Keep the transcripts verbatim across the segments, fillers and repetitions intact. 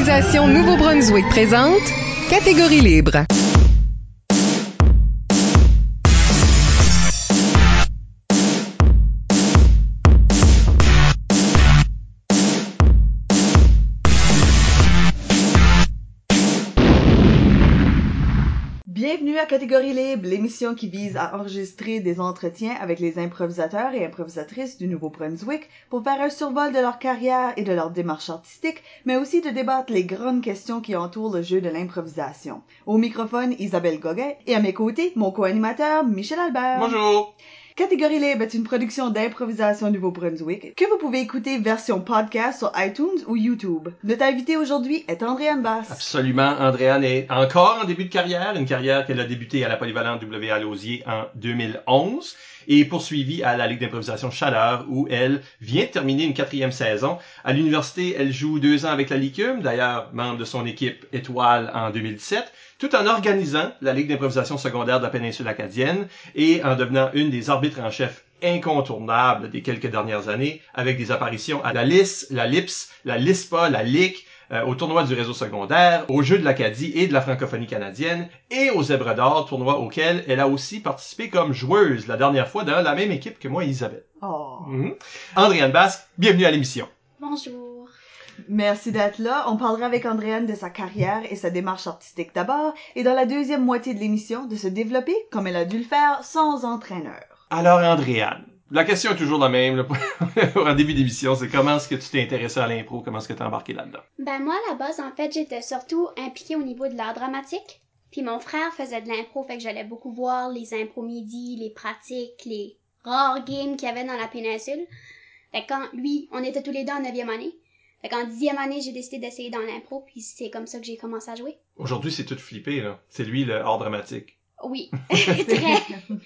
d'improvisation Nouveau-Brunswick présente Catégorie libre. Bienvenue à Catégorie libre, l'émission qui vise à enregistrer des entretiens avec les improvisateurs et improvisatrices du Nouveau-Brunswick pour faire un survol de leur carrière et de leur démarche artistique, mais aussi de débattre les grandes questions qui entourent le jeu de l'improvisation. Au microphone, Isabelle Gauguin, et à mes côtés, mon co-animateur, Michel Albert. Bonjour! Catégorie libre est une production d'improvisation Nouveau-Brunswick que vous pouvez écouter version podcast sur iTunes ou YouTube. Notre invité aujourd'hui est Andréane Basse. Absolument, Andréane est encore en début de carrière, une carrière qu'elle a débutée à la Polyvalente W A Lausier en deux mille onze et poursuivie à la Ligue d'improvisation Chaleur où elle vient de terminer une quatrième saison. À l'université, elle joue deux ans avec la Licume, d'ailleurs membre de son équipe Étoile en deux mille dix-sept, tout en organisant la Ligue d'improvisation secondaire de la péninsule acadienne et en devenant une des arbitres en chef incontournables des quelques dernières années, avec des apparitions à la L I S, la L I P S, la L I S P A, la L I C, euh, au tournoi du réseau secondaire, aux Jeux de l'Acadie et de la francophonie canadienne, et aux Zèbres d'Or, tournoi auquel elle a aussi participé comme joueuse la dernière fois dans la même équipe que moi et Isabelle. Oh. Mm-hmm. Andréane Basse, bienvenue à l'émission. Bonjour. Merci d'être là. On parlera avec Andréane de sa carrière et sa démarche artistique d'abord, et dans la deuxième moitié de l'émission, de se développer comme elle a dû le faire sans entraîneur. Alors Andréane, la question est toujours la même là, pour un début d'émission, c'est comment est-ce que tu t'es intéressé à l'impro, comment est-ce que tu as embarqué là-dedans? Ben moi, à la base, en fait, j'étais surtout impliquée au niveau de l'art dramatique. Puis mon frère faisait de l'impro, fait que j'allais beaucoup voir les impro midi, les pratiques, les rares games qu'il y avait dans la péninsule. Fait que quand lui, on était tous les deux en neuvième année. Fait qu'en dixième année, j'ai décidé d'essayer dans l'impro, puis c'est comme ça que j'ai commencé à jouer. Aujourd'hui, c'est tout flippé, là. C'est lui, le art dramatique. Oui, très.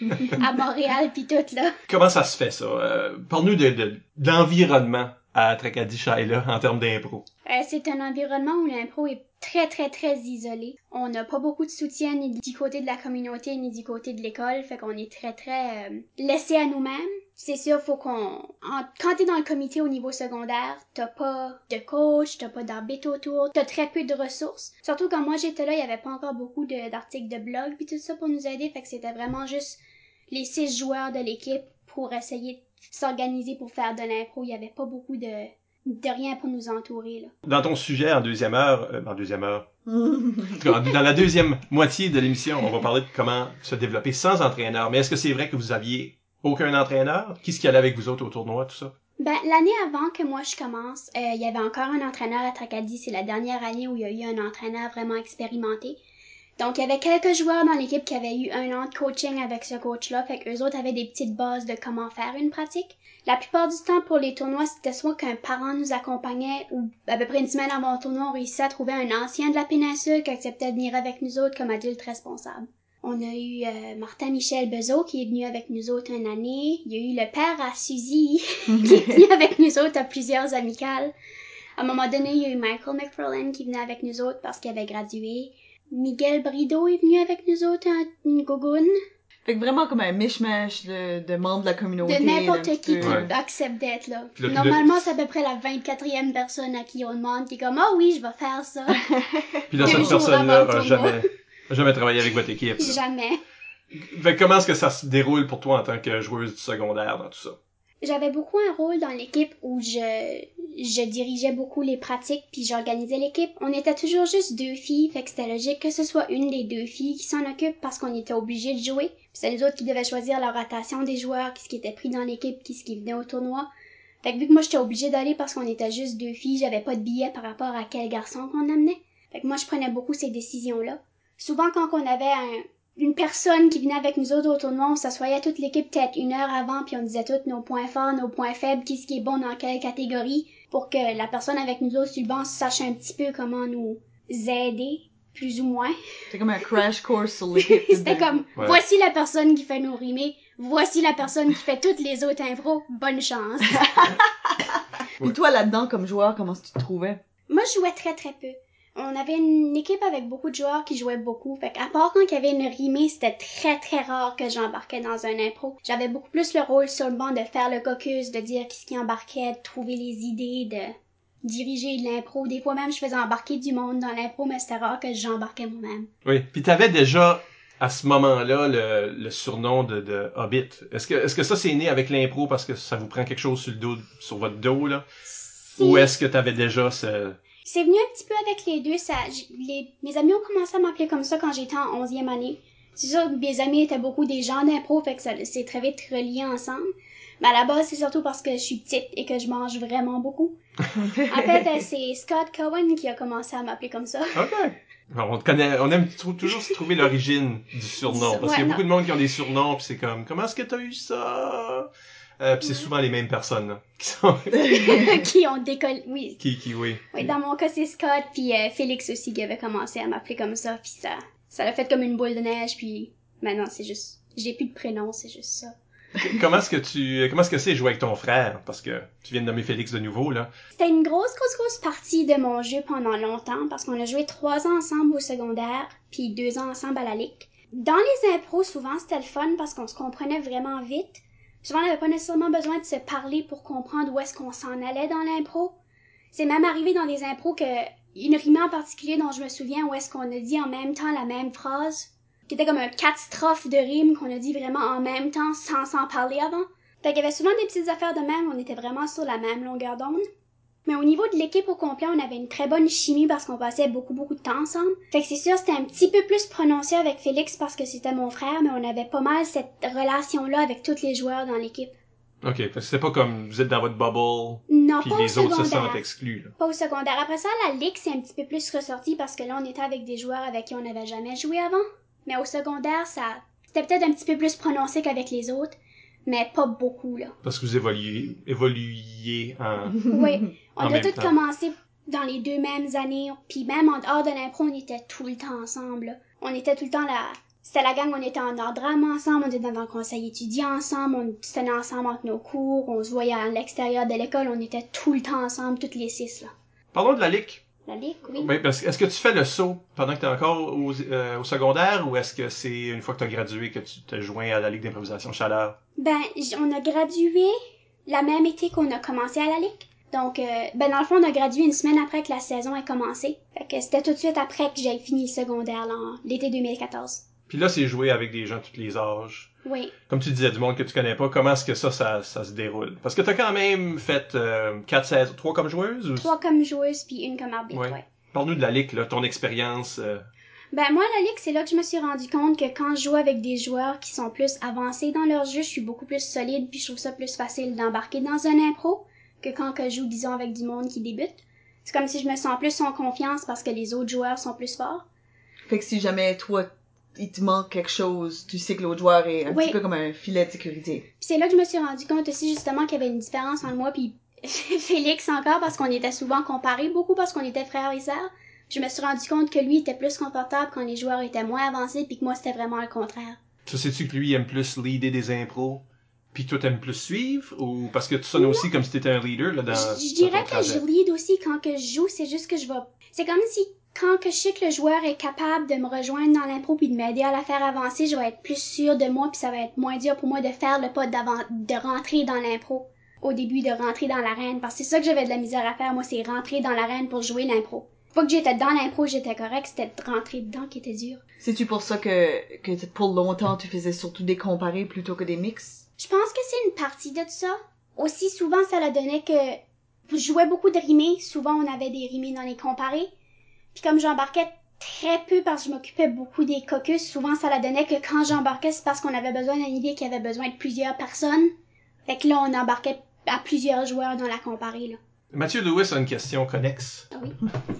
À Montréal pis tout, là. Comment ça se fait, ça? Euh, parle-nous de, de, de l'environnement à Tracadie-Shaila en termes d'impro. Euh, c'est un environnement où l'impro est très, très, très isolé. On n'a pas beaucoup de soutien ni du côté de la communauté ni du côté de l'école, fait qu'on est très, très euh, laissé à nous-mêmes. C'est sûr, faut qu'on... En... Quand t'es dans le comité au niveau secondaire, t'as pas de coach, t'as pas d'arbitre autour, t'as très peu de ressources. Surtout quand moi j'étais là, il y avait pas encore beaucoup de, d'articles de blog pis tout ça pour nous aider, fait que c'était vraiment juste les six joueurs de l'équipe pour essayer de s'organiser pour faire de l'impro. Il y avait pas beaucoup de... de rien pour nous entourer, là. Dans ton sujet, en deuxième heure, euh, en deuxième heure, dans la deuxième moitié de l'émission, on va parler de comment se développer sans entraîneur. Mais est-ce que c'est vrai que vous aviez aucun entraîneur? Qui est-ce qui allait avec vous autres au tournoi, tout ça? Ben, l'année avant que moi je commence, euh, il y avait encore un entraîneur à Tracadie. C'est la dernière année où il y a eu un entraîneur vraiment expérimenté. Donc, il y avait quelques joueurs dans l'équipe qui avaient eu un an de coaching avec ce coach-là, fait qu'eux autres avaient des petites bases de comment faire une pratique. La plupart du temps, pour les tournois, c'était soit qu'un parent nous accompagnait, ou à peu près une semaine avant le tournoi, on réussissait à trouver un ancien de la péninsule qui acceptait de venir avec nous autres comme adulte responsable. On a eu euh, Martin-Michel Bezeau qui est venu avec nous autres une année. Il y a eu le père à Suzy qui est venu avec nous autres à plusieurs amicales. À un moment donné, il y a eu Michael McFarlane qui venait avec nous autres parce qu'il avait gradué. Miguel Brideau est venu avec nous autres à une gogoune. Fait que vraiment comme un mishmash de, de membres de la communauté. De n'importe là, qui peu... qui Ouais. accepte d'être là. Puis là, Normalement, c'est à peu près la vingt-quatrième personne à qui on demande qui est comme « Ah oh, oui, je vais faire ça. » Puis là, Deux cette jours personne-là avant le a tournoi. jamais, a jamais travaillé avec votre équipe. là. Jamais. Fait que comment est-ce que ça se déroule pour toi en tant que joueuse du secondaire dans tout ça? J'avais beaucoup un rôle dans l'équipe où je je dirigeais beaucoup les pratiques puis j'organisais l'équipe. On était toujours juste deux filles, fait que c'était logique que ce soit une des deux filles qui s'en occupe parce qu'on était obligés de jouer. Puis c'est les autres qui devaient choisir la rotation des joueurs, qui ce qui était pris dans l'équipe, qui ce qui venait au tournoi. Fait que vu que moi j'étais obligée d'aller parce qu'on était juste deux filles, j'avais pas de billet par rapport à quel garçon qu'on amenait. Fait que moi je prenais beaucoup ces décisions-là. Souvent quand on avait un une personne qui venait avec nous autres au tournoi, on s'assoyait toute l'équipe peut-être une heure avant, puis on disait tous nos points forts, nos points faibles, qui ce qui est bon dans quelle catégorie, pour que la personne avec nous autres sur le banc sache un petit peu comment nous aider, plus ou moins. C'est comme un crash course sur l'équipe. C'était comme, Ouais. voici la personne qui fait nos rimés, voici la personne qui fait toutes les autres impros, bonne chance. Puis toi, là-dedans, comme joueur, comment tu te trouvais? Moi, je jouais très très peu. On avait une équipe avec beaucoup de joueurs qui jouaient beaucoup. Fait qu'à part quand il y avait une rimée, c'était très très rare que j'embarquais dans un impro. J'avais beaucoup plus le rôle sur le banc de faire le caucus, de dire qu'est-ce qui embarquait, de trouver les idées, de diriger de l'impro. Des fois même, je faisais embarquer du monde dans l'impro, mais c'était rare que j'embarquais moi-même. Oui, puis t'avais déjà, à ce moment-là, le, le surnom de, de Hobbit. Est-ce que, est-ce que ça, c'est né avec l'impro parce que ça vous prend quelque chose sur le dos, sur votre dos, là? C'est... Ou est-ce que t'avais déjà ce... C'est venu un petit peu avec les deux. Ça, les, mes amis ont commencé à m'appeler comme ça quand j'étais en onzième année. C'est sûr, mes amis étaient beaucoup des gens d'impro, fait que ça s'est très vite relié ensemble. Mais à la base, c'est surtout parce que je suis petite et que je mange vraiment beaucoup. En fait, c'est Scott Cohen qui a commencé à m'appeler comme ça. OK. Alors, on te connaît, on aime t- toujours se trouver l'origine du surnom. Parce Ouais, qu'il y a non. beaucoup de monde qui ont des surnoms, pis c'est comme, comment est-ce que t'as eu ça? Euh, pis c'est Ouais. souvent les mêmes personnes, là, qui sont, Qui ont décollé, oui. qui, qui, oui. Oui, dans mon cas, c'est Scott, puis euh, Félix aussi qui avait commencé à m'appeler comme ça, puis ça, ça l'a fait comme une boule de neige, puis maintenant, c'est juste, j'ai plus de prénom, c'est juste ça. Comment est-ce que tu, comment est-ce que c'est jouer avec ton frère? Parce que tu viens de nommer Félix de nouveau, là. C'était une grosse, grosse, grosse partie de mon jeu pendant longtemps, parce qu'on a joué trois ans ensemble au secondaire, puis deux ans ensemble à la ligue. Dans les impros, souvent, c'était le fun parce qu'on se comprenait vraiment vite. Souvent, on n'avait pas nécessairement besoin de se parler pour comprendre où est-ce qu'on s'en allait dans l'impro. C'est même arrivé dans des impros que, une rime en particulier dont je me souviens où est-ce qu'on a dit en même temps la même phrase, qui était comme un quatre strophes de rime qu'on a dit vraiment en même temps sans s'en parler avant. Fait qu'il y avait souvent des petites affaires de même, on était vraiment sur la même longueur d'onde. Mais au niveau de l'équipe au complet, on avait une très bonne chimie parce qu'on passait beaucoup, beaucoup de temps ensemble. Fait que c'est sûr, c'était un petit peu plus prononcé avec Félix parce que c'était mon frère, mais on avait pas mal cette relation-là avec tous les joueurs dans l'équipe. OK. Fait que c'est pas comme vous êtes dans votre bubble, Non, puis pas les au autres se secondaire. sentent exclus, là. Pas au secondaire. Après ça, la ligue, c'est un petit peu plus ressorti parce que là, on était avec des joueurs avec qui on n'avait jamais joué avant. Mais au secondaire, ça, c'était peut-être un petit peu plus prononcé qu'avec les autres, mais pas beaucoup, là. Parce que vous évoluez, évoluiez en, Oui, on En a même tous temps. commencé dans les deux mêmes années, puis même en dehors de l'impro, on était tout le temps ensemble, là. On était tout le temps là. C'était la gang, on était en art drame ensemble, on était dans le conseil étudiant ensemble, on se tenait ensemble entre nos cours, on se voyait à l'extérieur de l'école, on était tout le temps ensemble, toutes les six, là. Parlons de la ligue. La ligue, oui. Oui, parce que est-ce que tu fais le saut pendant que tu es encore au, euh, au secondaire ou est-ce que c'est une fois que tu as gradué que tu te joins à la Ligue d'improvisation Chaleur? Ben, j- on a gradué la même été qu'on a commencé à la ligue. Donc, euh, ben dans le fond, on a gradué une semaine après que la saison ait commencé. Fait que c'était tout de suite après que j'ai fini le secondaire, là, en l'été deux mille quatorze. Puis là, c'est jouer avec des gens de tous les âges. Oui. Comme tu disais, du monde que tu connais pas, comment est-ce que ça, ça, ça se déroule? Parce que t'as quand même fait euh, quatre saisons, trois comme joueuse? Ou... Trois comme joueuse, puis une comme arbitre, Ouais. ouais. Parle-nous de la Ligue, là, ton expérience. Euh... Ben moi, la ligue, c'est là que je me suis rendu compte que quand je joue avec des joueurs qui sont plus avancés dans leur jeu, je suis beaucoup plus solide, puis je trouve ça plus facile d'embarquer dans un impro que quand que je joue, disons, avec du monde qui débute. C'est comme si je me sens plus en confiance parce que les autres joueurs sont plus forts. Fait que si jamais toi, il te manque quelque chose, tu sais que l'autre joueur est un Oui. petit peu comme un filet de sécurité. Puis c'est là que je me suis rendu compte aussi justement qu'il y avait une différence entre moi puis Félix encore parce qu'on était souvent comparés beaucoup parce qu'on était frères et sœurs. Je me suis rendu compte que lui était plus confortable quand les joueurs étaient moins avancés puis que moi c'était vraiment le contraire. Tu sais-tu que lui aime plus leader des impros, puis toi t'aimes plus suivre, ou parce que tu sonnes aussi comme si t'étais un leader là dans. Je, je dans dirais ton que trajet. je lead aussi quand que je joue, c'est juste que je vais... C'est comme si quand que je sais que le joueur est capable de me rejoindre dans l'impro puis de m'aider à la faire avancer, je vais être plus sûre de moi puis ça va être moins dur pour moi de faire le pas d'avant, de rentrer dans l'impro. Au début, de rentrer dans l'arène, parce que c'est ça que j'avais de la misère à faire, moi, c'est rentrer dans l'arène pour jouer l'impro. Pas que j'étais dans l'impro, j'étais correct, c'était de rentrer dedans qui était dur. C'est-tu pour ça que, que t- pour longtemps, tu faisais surtout des comparés plutôt que des mix? Je pense que c'est une partie de ça. Aussi, souvent, ça la donnait que je jouais beaucoup de rimés. Souvent, on avait des rimés dans les comparés. Puis comme j'embarquais très peu parce que je m'occupais beaucoup des caucus, souvent, ça la donnait que quand j'embarquais, c'est parce qu'on avait besoin d'une idée qui avait besoin de plusieurs personnes. Fait que là, on embarquait à plusieurs joueurs dans la comparée, là. Mathieu Lewis a une question connexe. Ah oui.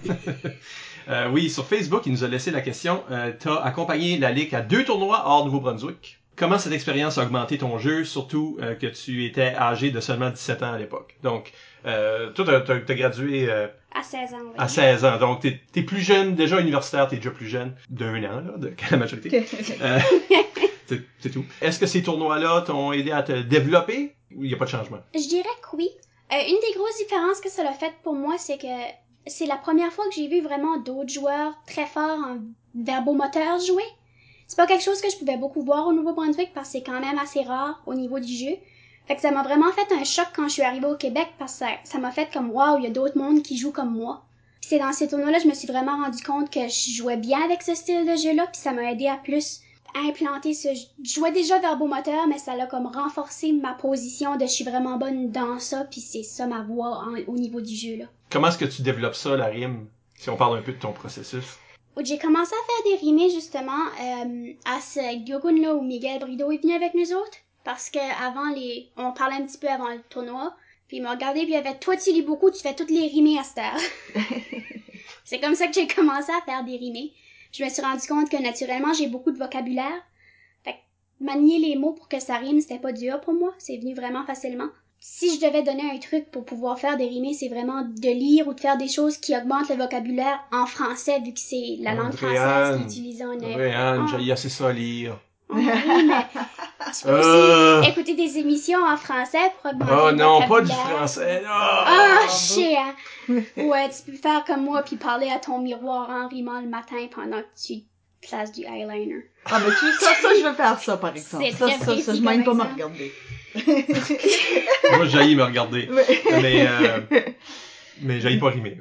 euh, oui, sur Facebook, il nous a laissé la question. Euh, t'as accompagné la Ligue à deux tournois hors Nouveau-Brunswick. Comment cette expérience a augmenté ton jeu, surtout euh, que tu étais âgé de seulement dix-sept ans à l'époque? Donc, euh, toi, t'as, t'as, t'as gradué euh, À seize ans, oui. à seize ans. Donc, t'es, t'es plus jeune, déjà universitaire, t'es déjà plus jeune d'un an, là, de qu'à la majorité. euh, c'est, c'est tout. Est-ce que ces tournois-là t'ont aidé à te développer ou il n'y a pas de changement? Je dirais que oui. Euh, une des grosses différences que ça a fait pour moi, c'est que c'est la première fois que j'ai vu vraiment d'autres joueurs très forts en verbomoteur jouer. C'est pas quelque chose que je pouvais beaucoup voir au Nouveau-Brunswick parce que c'est quand même assez rare au niveau du jeu. Fait que ça m'a vraiment fait un choc quand je suis arrivée au Québec parce que ça, ça m'a fait comme wow, il y a d'autres mondes qui jouent comme moi. Puis c'est dans ces tournois-là, je me suis vraiment rendu compte que je jouais bien avec ce style de jeu-là, puis ça m'a aidé à plus implanter ce jeu. Je jouais déjà verbomoteur, mais ça l'a comme renforcé ma position de je suis vraiment bonne dans ça, puis c'est ça ma voix en, au niveau du jeu, là. Comment est-ce que tu développes ça, la rime, si on parle un peu de ton processus? J'ai commencé à faire des rimés, justement, euh, à ce Gyogun-là où Miguel Brideau est venu avec nous autres. Parce que avant les, on parlait un petit peu avant le tournoi, puis il m'a regardé puis il a fait, toi tu lis beaucoup, tu fais toutes les rimés à cette heure. C'est comme ça que j'ai commencé à faire des rimés. Je me suis rendu compte que naturellement j'ai beaucoup de vocabulaire. Fait que manier les mots pour que ça rime, c'était pas dur pour moi, c'est venu vraiment facilement. Si je devais donner un truc pour pouvoir faire des rimés, c'est vraiment de lire ou de faire des choses qui augmentent le vocabulaire en français, vu que c'est la langue française qui est utilisée en impro. Andréane, Ah. j'ai assez ça à lire. Oh, oui, mais tu peux aussi Euh... écouter des émissions en français pour augmenter Oh le non, vocabulaire. pas du français. Oh, Ah, oh, chien! Ouais, tu peux faire comme moi puis parler à ton miroir en rimant le matin pendant que tu places du eyeliner. Ah, mais tu ça, ça, je veux faire ça, par exemple. C'est Ça, très ça, précis ça, je comme m'aime pas me exemple. regarder. Moi, j'haïs me regarder. Ouais. Mais, euh, mais j'haïs pas rimer.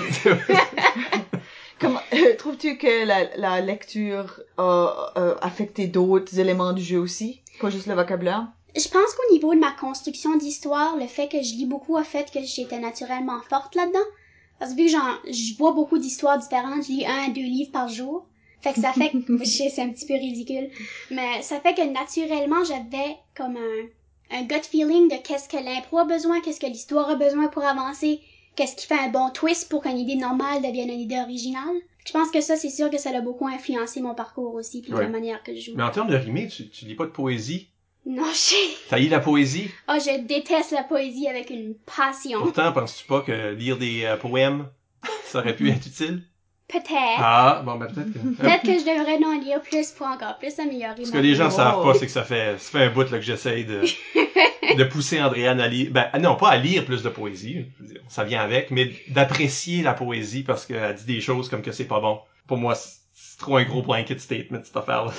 Comment, euh, trouves-tu que la, la lecture a euh, affecté d'autres éléments du jeu aussi? Pas juste le vocabulaire? Je pense qu'au niveau de ma construction d'histoire, le fait que je lis beaucoup a fait que j'étais naturellement forte là-dedans. Parce que vu que j'en, je vois beaucoup d'histoires différentes, je lis un à deux livres par jour. Fait que ça fait que, je sais, c'est un petit peu ridicule, mais ça fait que naturellement, j'avais comme un, un gut feeling de qu'est-ce que l'impro a besoin, qu'est-ce que l'histoire a besoin pour avancer, qu'est-ce qui fait un bon twist pour qu'une idée normale devienne une idée originale. Je pense que ça, c'est sûr que ça l'a beaucoup influencé mon parcours aussi, puis Ouais. la manière que je joue. Mais en termes de rimer, tu, tu lis pas de poésie? Non, je sais. T'haïs la poésie? Oh, je déteste la poésie avec une passion. Pourtant, penses-tu pas que lire des euh, poèmes, ça aurait pu être utile? Peut-être. Ah, bon, ben peut-être que... Peut-être que je devrais en lire plus pour encore plus améliorer Ce mon que les gens Oh. savent pas, c'est que ça fait, ça fait un bout là, que j'essaye de, de pousser Andréane à lire, ben non, pas à lire plus de poésie, je veux dire, ça vient avec, mais d'apprécier la poésie parce qu'elle dit des choses comme que c'est pas bon. Pour moi, c'est, c'est trop un gros blanket statement, cette affaire-là.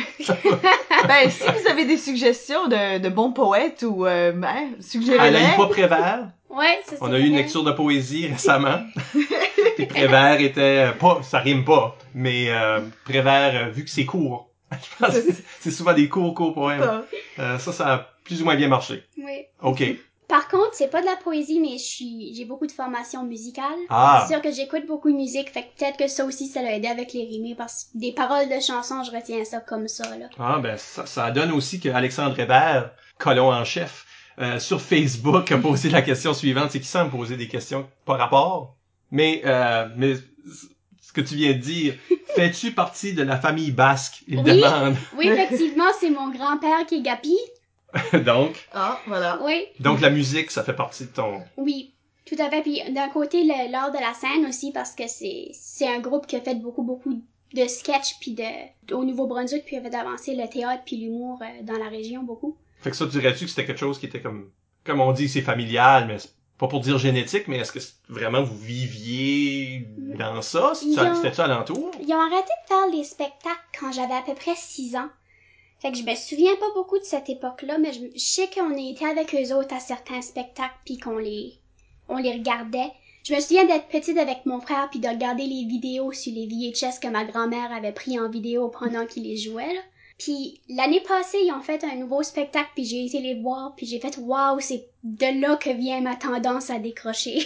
Ben, si vous avez des suggestions de, de bons poètes ou, euh, ben, suggérez-les. Elle a lu pas Prévert. Ouais, ça c'est On a eu une vrai. lecture de poésie récemment. Puis Prévert était, euh, pas, ça rime pas, mais euh, Prévert, euh, vu que c'est court, je pense que c'est- c'est souvent des courts, courts poèmes. Ça. Euh, ça, ça a plus ou moins bien marché. Oui. OK. Par contre, c'est pas de la poésie, mais je suis, j'ai beaucoup de formation musicale. Ah. C'est sûr que j'écoute beaucoup de musique, fait que peut-être que ça aussi, ça l'a aidé avec les rimés, parce que des paroles de chansons, je retiens ça comme ça, là. Ah, ben, ça, ça donne aussi que Alexandre Hébert, colon en chef, euh, sur Facebook, a posé la question suivante. C'est qu'il semble poser des questions par rapport. Mais, euh, mais, ce que tu viens de dire, fais-tu partie de la famille basque? Il Oui. demande. Oui, effectivement, c'est mon grand-père qui est Gapi. donc, Ah, voilà. Oui, donc la musique, ça fait partie de ton... oui. Tout à fait. Puis d'un côté, le- l'art de la scène aussi, parce que c'est, c'est un groupe qui a fait beaucoup, beaucoup de sketchs, puis de, au Nouveau-Brunswick, puis a fait avancer le théâtre puis l'humour euh, dans la région beaucoup. Fait que ça, dirais-tu que c'était quelque chose qui était comme, comme on dit, c'est familial, mais c'est pas pour dire génétique, mais est-ce que c'est vraiment vous viviez dans ça? Ils ont- C'était-tu alentour? Ils ont arrêté de faire les spectacles quand j'avais à peu près six ans. Fait que je me souviens pas beaucoup de cette époque-là, mais je, je sais qu'on était avec eux autres à certains spectacles puis qu'on les, on les regardait. Je me souviens d'être petite avec mon frère puis de regarder les vidéos sur les V H S que ma grand-mère avait pris en vidéo pendant qu'ils les jouaient, là. Puis l'année passée, ils ont fait un nouveau spectacle puis j'ai été les voir puis j'ai fait waouh, c'est de là que vient ma tendance à décrocher.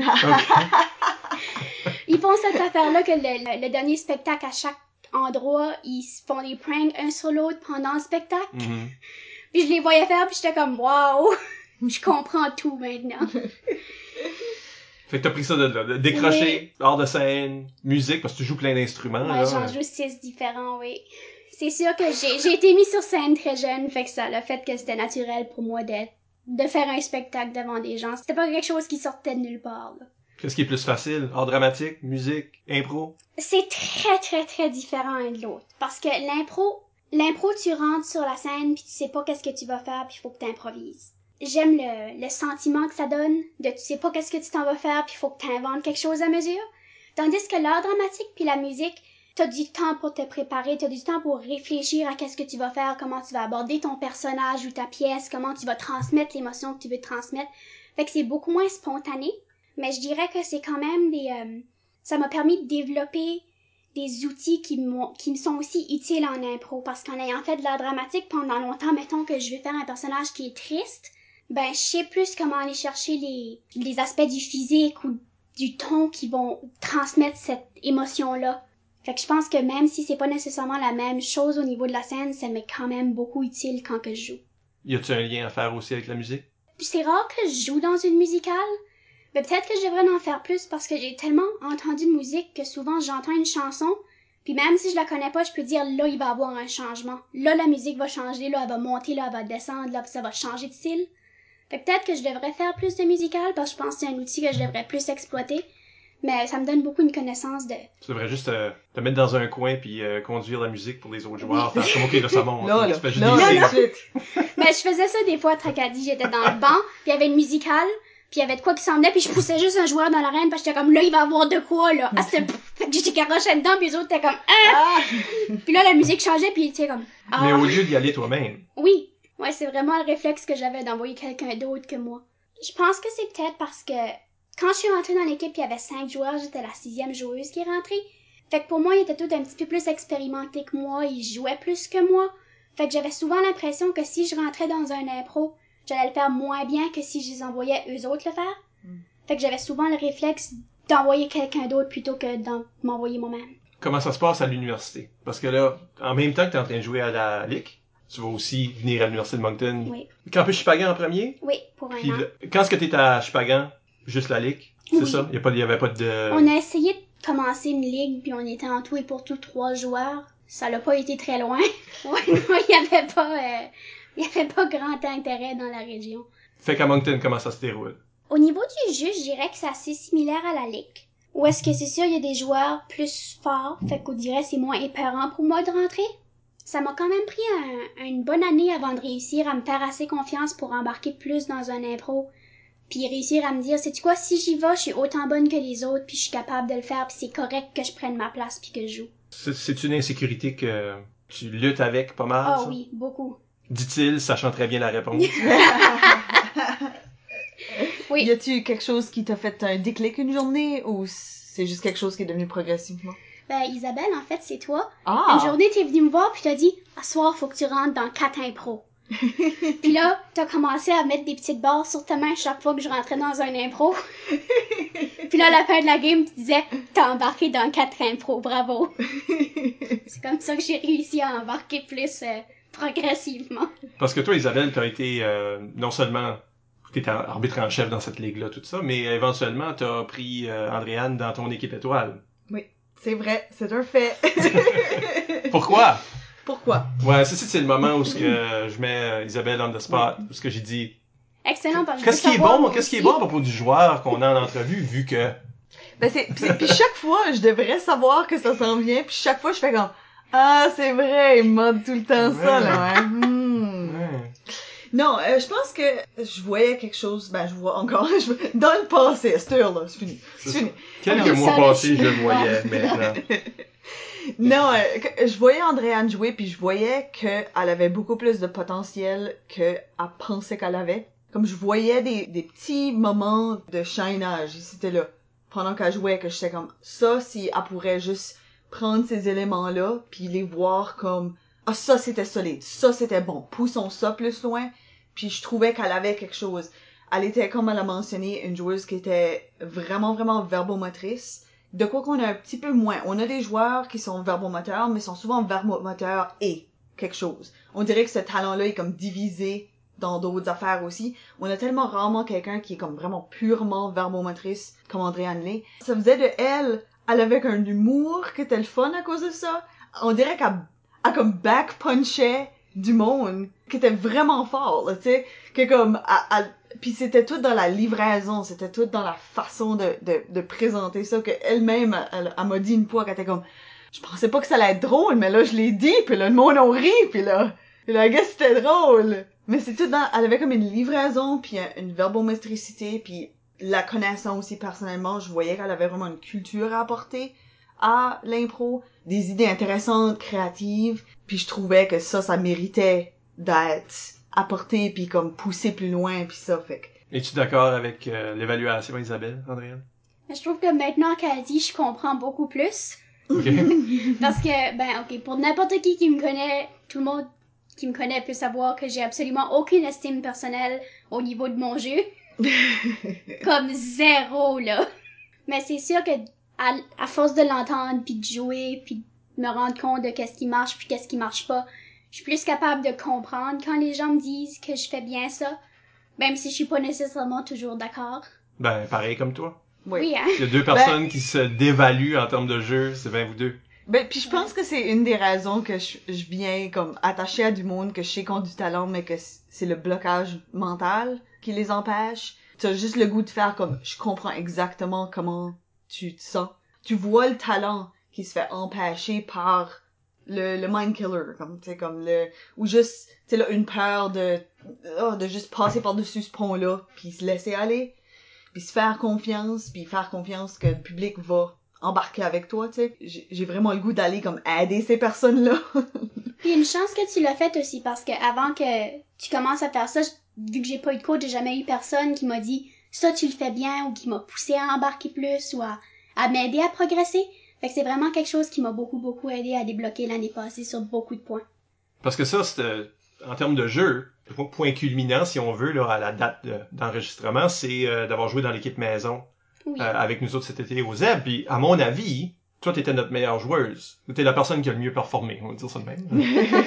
Ils font cette affaire-là que le, le, le dernier spectacle à chaque endroit, ils se font des pranks un sur l'autre pendant le spectacle. Mhm. Puis je les voyais faire puis j'étais comme waouh, je comprends tout maintenant. Fait que t'as pris ça de là, de décrocher, art de scène, musique, parce que tu joues plein d'instruments, Ouais, là. j'en joue six différents, oui. C'est sûr que j'ai, j'ai été mise sur scène très jeune, fait que ça l'a fait que c'était naturel pour moi d'être, de faire un spectacle devant des gens. C'était pas quelque chose qui sortait de nulle part, là. Qu'est-ce qui est plus facile? Art dramatique, musique, impro? C'est très, très, très différent un de l'autre. Parce que l'impro, l'impro, tu rentres sur la scène puis tu sais pas qu'est-ce que tu vas faire puis il faut que t'improvises. J'aime le, le sentiment que ça donne de tu sais pas qu'est-ce que tu t'en vas faire puis il faut que t'inventes quelque chose à mesure. Tandis que l'art dramatique puis la musique, t'as du temps pour te préparer, t'as du temps pour réfléchir à qu'est-ce que tu vas faire, comment tu vas aborder ton personnage ou ta pièce, comment tu vas transmettre l'émotion que tu veux transmettre. Fait que c'est beaucoup moins spontané, mais je dirais que c'est quand même des... Euh, ça m'a permis de développer des outils qui, qui me sont aussi utiles en impro, parce qu'en ayant fait de l'art dramatique pendant longtemps, mettons que je vais faire un personnage qui est triste, ben je sais plus comment aller chercher les, les aspects du physique ou du ton qui vont transmettre cette émotion-là. Fait que je pense que même si c'est pas nécessairement la même chose au niveau de la scène, ça m'est quand même beaucoup utile quand que je joue. Y a-tu un lien à faire aussi avec la musique? C'est rare que je joue dans une musicale, mais peut-être que je devrais en faire plus parce que j'ai tellement entendu de musique que souvent j'entends une chanson, puis même si je la connais pas, je peux dire là il va y avoir un changement. Là la musique va changer, là elle va monter, là elle va descendre, là ça va changer de style. Fait que peut-être que je devrais faire plus de musicales parce que je pense que c'est un outil que je devrais plus exploiter. Mais ça me donne beaucoup une connaissance de... Tu devrais juste euh, te mettre dans un coin puis euh, conduire la musique pour les autres joueurs, faire comme ok là ça monte. Là, là, tu fais juste là, des là, signes. Mais je faisais ça des fois à Tracadie, j'étais dans le banc, puis il y avait une musicale, puis il y avait de quoi qui s'en venait, puis je poussais juste un joueur dans l'arène, parce que j'étais comme là il va avoir de quoi là. Ah, c'était... Fait que j'étais garochée dedans, puis les autres étaient comme ah! Ah! Puis là la musique changeait, puis ils étaient comme ah! Mais au lieu d'y aller toi-même. Oui, ouais c'est vraiment le réflexe que j'avais d'envoyer quelqu'un d'autre que moi. Je pense que c'est peut-être parce que quand je suis rentrée dans l'équipe, il y avait cinq joueurs, j'étais la sixième joueuse qui est rentrée. Fait que pour moi, ils étaient tous un petit peu plus expérimentés que moi, ils jouaient plus que moi. Fait que j'avais souvent l'impression que si je rentrais dans un impro, j'allais le faire moins bien que si je les envoyais eux autres le faire. Mm. Fait que j'avais souvent le réflexe d'envoyer quelqu'un d'autre plutôt que de m'envoyer moi-même. Comment ça se passe à l'université? Parce que là, en même temps que t'es en train de jouer à la L I C, tu vas aussi venir à l'Université de Moncton. Oui. Campus Chupagan en premier? Oui, pour un Puis an. Le, quand est-ce que t'es à Chupagan? Juste la Ligue? C'est oui. ça? Il y a pas, il y avait pas de... On a essayé de commencer une ligue, puis on était en tout et pour tout trois joueurs. Ça l'a pas été très loin. Ouais, non, il y avait pas, euh, il y avait pas grand intérêt dans la région. Fait qu'à Moncton, comment ça se déroule? Au niveau du jeu, je dirais que c'est assez similaire à la Ligue. Où est-ce que c'est sûr, il y a des joueurs plus forts, fait qu'on dirait que c'est moins épeurant pour moi de rentrer. Ça m'a quand même pris un, une bonne année avant de réussir à me faire assez confiance pour embarquer plus dans un impro. Puis réussir à me dire, sais-tu quoi, si j'y vais, je suis autant bonne que les autres, puis je suis capable de le faire, puis c'est correct que je prenne ma place puis que je joue. C'est, c'est une insécurité que tu luttes avec pas mal, Ah ça? oui, beaucoup. Dit-il, sachant très bien la réponse. Oui. Y a-tu quelque chose qui t'a fait un déclic une journée, ou c'est juste quelque chose qui est devenu progressivement? Ben, Isabelle, en fait, c'est toi. Ah! Une journée, t'es venue me voir, puis t'as dit, à soir, faut que tu rentres dans quatre impros. Puis là, t'as commencé à mettre des petites barres sur ta main chaque fois que je rentrais dans un impro. Puis là, à la fin de la game, tu disais, t'as embarqué dans quatre impros, bravo. C'est comme ça que j'ai réussi à embarquer plus euh, progressivement. Parce que toi, Isabelle, t'as été euh, non seulement t'étais arbitre en chef dans cette ligue-là, tout ça, mais éventuellement, t'as pris euh, Andréane dans ton équipe étoile. Oui, c'est vrai, c'est un fait. Pourquoi? Pourquoi? Ouais, ça, c'est le moment où ce que je mets Isabelle on the spot, où ce que j'ai dit. Excellent, parce que Qu'est-ce qui est bon, qu'est-ce qui est bon à propos du joueur qu'on a en entrevue, vu que... Ben c'est, pis, pis chaque fois, je devrais savoir que ça s'en vient, puis chaque fois, je fais comme, ah, c'est vrai, il mode tout le temps ouais. ça, là, ouais. Hmm. Ouais. Non, euh, je pense que je voyais quelque chose, ben, je vois encore, je, dans le passé, à cette heure-là, c'est fini. C'est fini. Quelques Ah, mois ça, passés, je je le suis voyais, maintenant. Non, euh, je voyais Andréane jouer, puis je voyais qu'elle avait beaucoup plus de potentiel qu'elle pensait qu'elle avait. Comme je voyais des, des petits moments de shinage, c'était là, pendant qu'elle jouait, que j'étais comme, ça, si elle pourrait juste prendre ces éléments-là, puis les voir comme, ah, ça, c'était solide, ça, c'était bon, poussons ça plus loin, puis je trouvais qu'elle avait quelque chose. Elle était, comme elle a mentionné, une joueuse qui était vraiment, vraiment verbomotrice. De quoi qu'on a un petit peu moins. On a des joueurs qui sont verbomoteurs, mais sont souvent verbomoteurs et quelque chose. On dirait que ce talent-là est comme divisé dans d'autres affaires aussi. On a tellement rarement quelqu'un qui est comme vraiment purement verbomotrice, comme Andréane Lé. Ça faisait de elle, elle avait un humour qui était le fun à cause de ça. On dirait qu'elle, elle comme back-punchait du monde, qui était vraiment fort, là, tu sais. Que comme, elle, elle, puis c'était tout dans la livraison, c'était tout dans la façon de, de, de présenter ça, que elle-même, elle, elle m'a dit une fois qu'elle était comme, je pensais pas que ça allait être drôle, mais là, je l'ai dit, puis là, le monde a ri, puis là, puis là, gars, c'était drôle. Mais c'est tout dans, elle avait comme une livraison, puis une verbomotricité, puis la connaissant aussi personnellement, je voyais qu'elle avait vraiment une culture à apporter à l'impro, des idées intéressantes, créatives, puis je trouvais que ça, ça méritait d'être apporté puis comme poussé plus loin puis ça fait que... Es-tu d'accord avec euh, l'évaluation, Isabelle, Andréane? Je trouve que maintenant qu'elle a dit, je comprends beaucoup plus. OK. Parce que, ben, ok, pour n'importe qui qui me connaît, tout le monde qui me connaît peut savoir que j'ai absolument aucune estime personnelle au niveau de mon jeu. Comme zéro, là. Mais c'est sûr que, à, à force de l'entendre, puis de jouer, puis de me rendre compte de qu'est-ce qui marche, puis qu'est-ce qui marche pas, je suis plus capable de comprendre quand les gens me disent que je fais bien ça, même si je suis pas nécessairement toujours d'accord. Ben, pareil comme toi. Oui. Oui, hein? Il y a deux personnes ben... qui se dévaluent en termes de jeu, c'est bien vous deux. Ben, puis je pense que c'est une des raisons que je, je viens comme attachée à du monde que je sais qu'on a du talent, mais que c'est le blocage mental qui les empêche. Tu as juste le goût de faire comme, je comprends exactement comment tu te sens. Tu vois le talent qui se fait empêcher par le, le mind killer, comme, tu sais, comme le, ou juste, tu sais, là, une peur de, oh, de juste passer par-dessus ce pont-là, puis se laisser aller, puis se faire confiance, puis faire confiance que le public va embarquer avec toi, tu sais. J'ai, j'ai vraiment le goût d'aller comme aider ces personnes-là. Puis une chance que tu l'as fait aussi, parce que avant que tu commences à faire ça, vu que j'ai pas eu de coach, j'ai jamais eu personne qui m'a dit ça tu le fais bien, ou qui m'a poussé à embarquer plus, ou à, à m'aider à progresser. Fait que c'est vraiment quelque chose qui m'a beaucoup beaucoup aidé à débloquer l'année passée sur beaucoup de points. Parce que ça, c'est euh, en termes de jeu, le point culminant, si on veut, là, à la date de, d'enregistrement, c'est euh, d'avoir joué dans l'équipe maison. Oui. Euh, avec nous autres cet été au Z, puis à mon avis, toi t'étais notre meilleure joueuse. T'es la personne qui a le mieux performé, on va dire ça de même.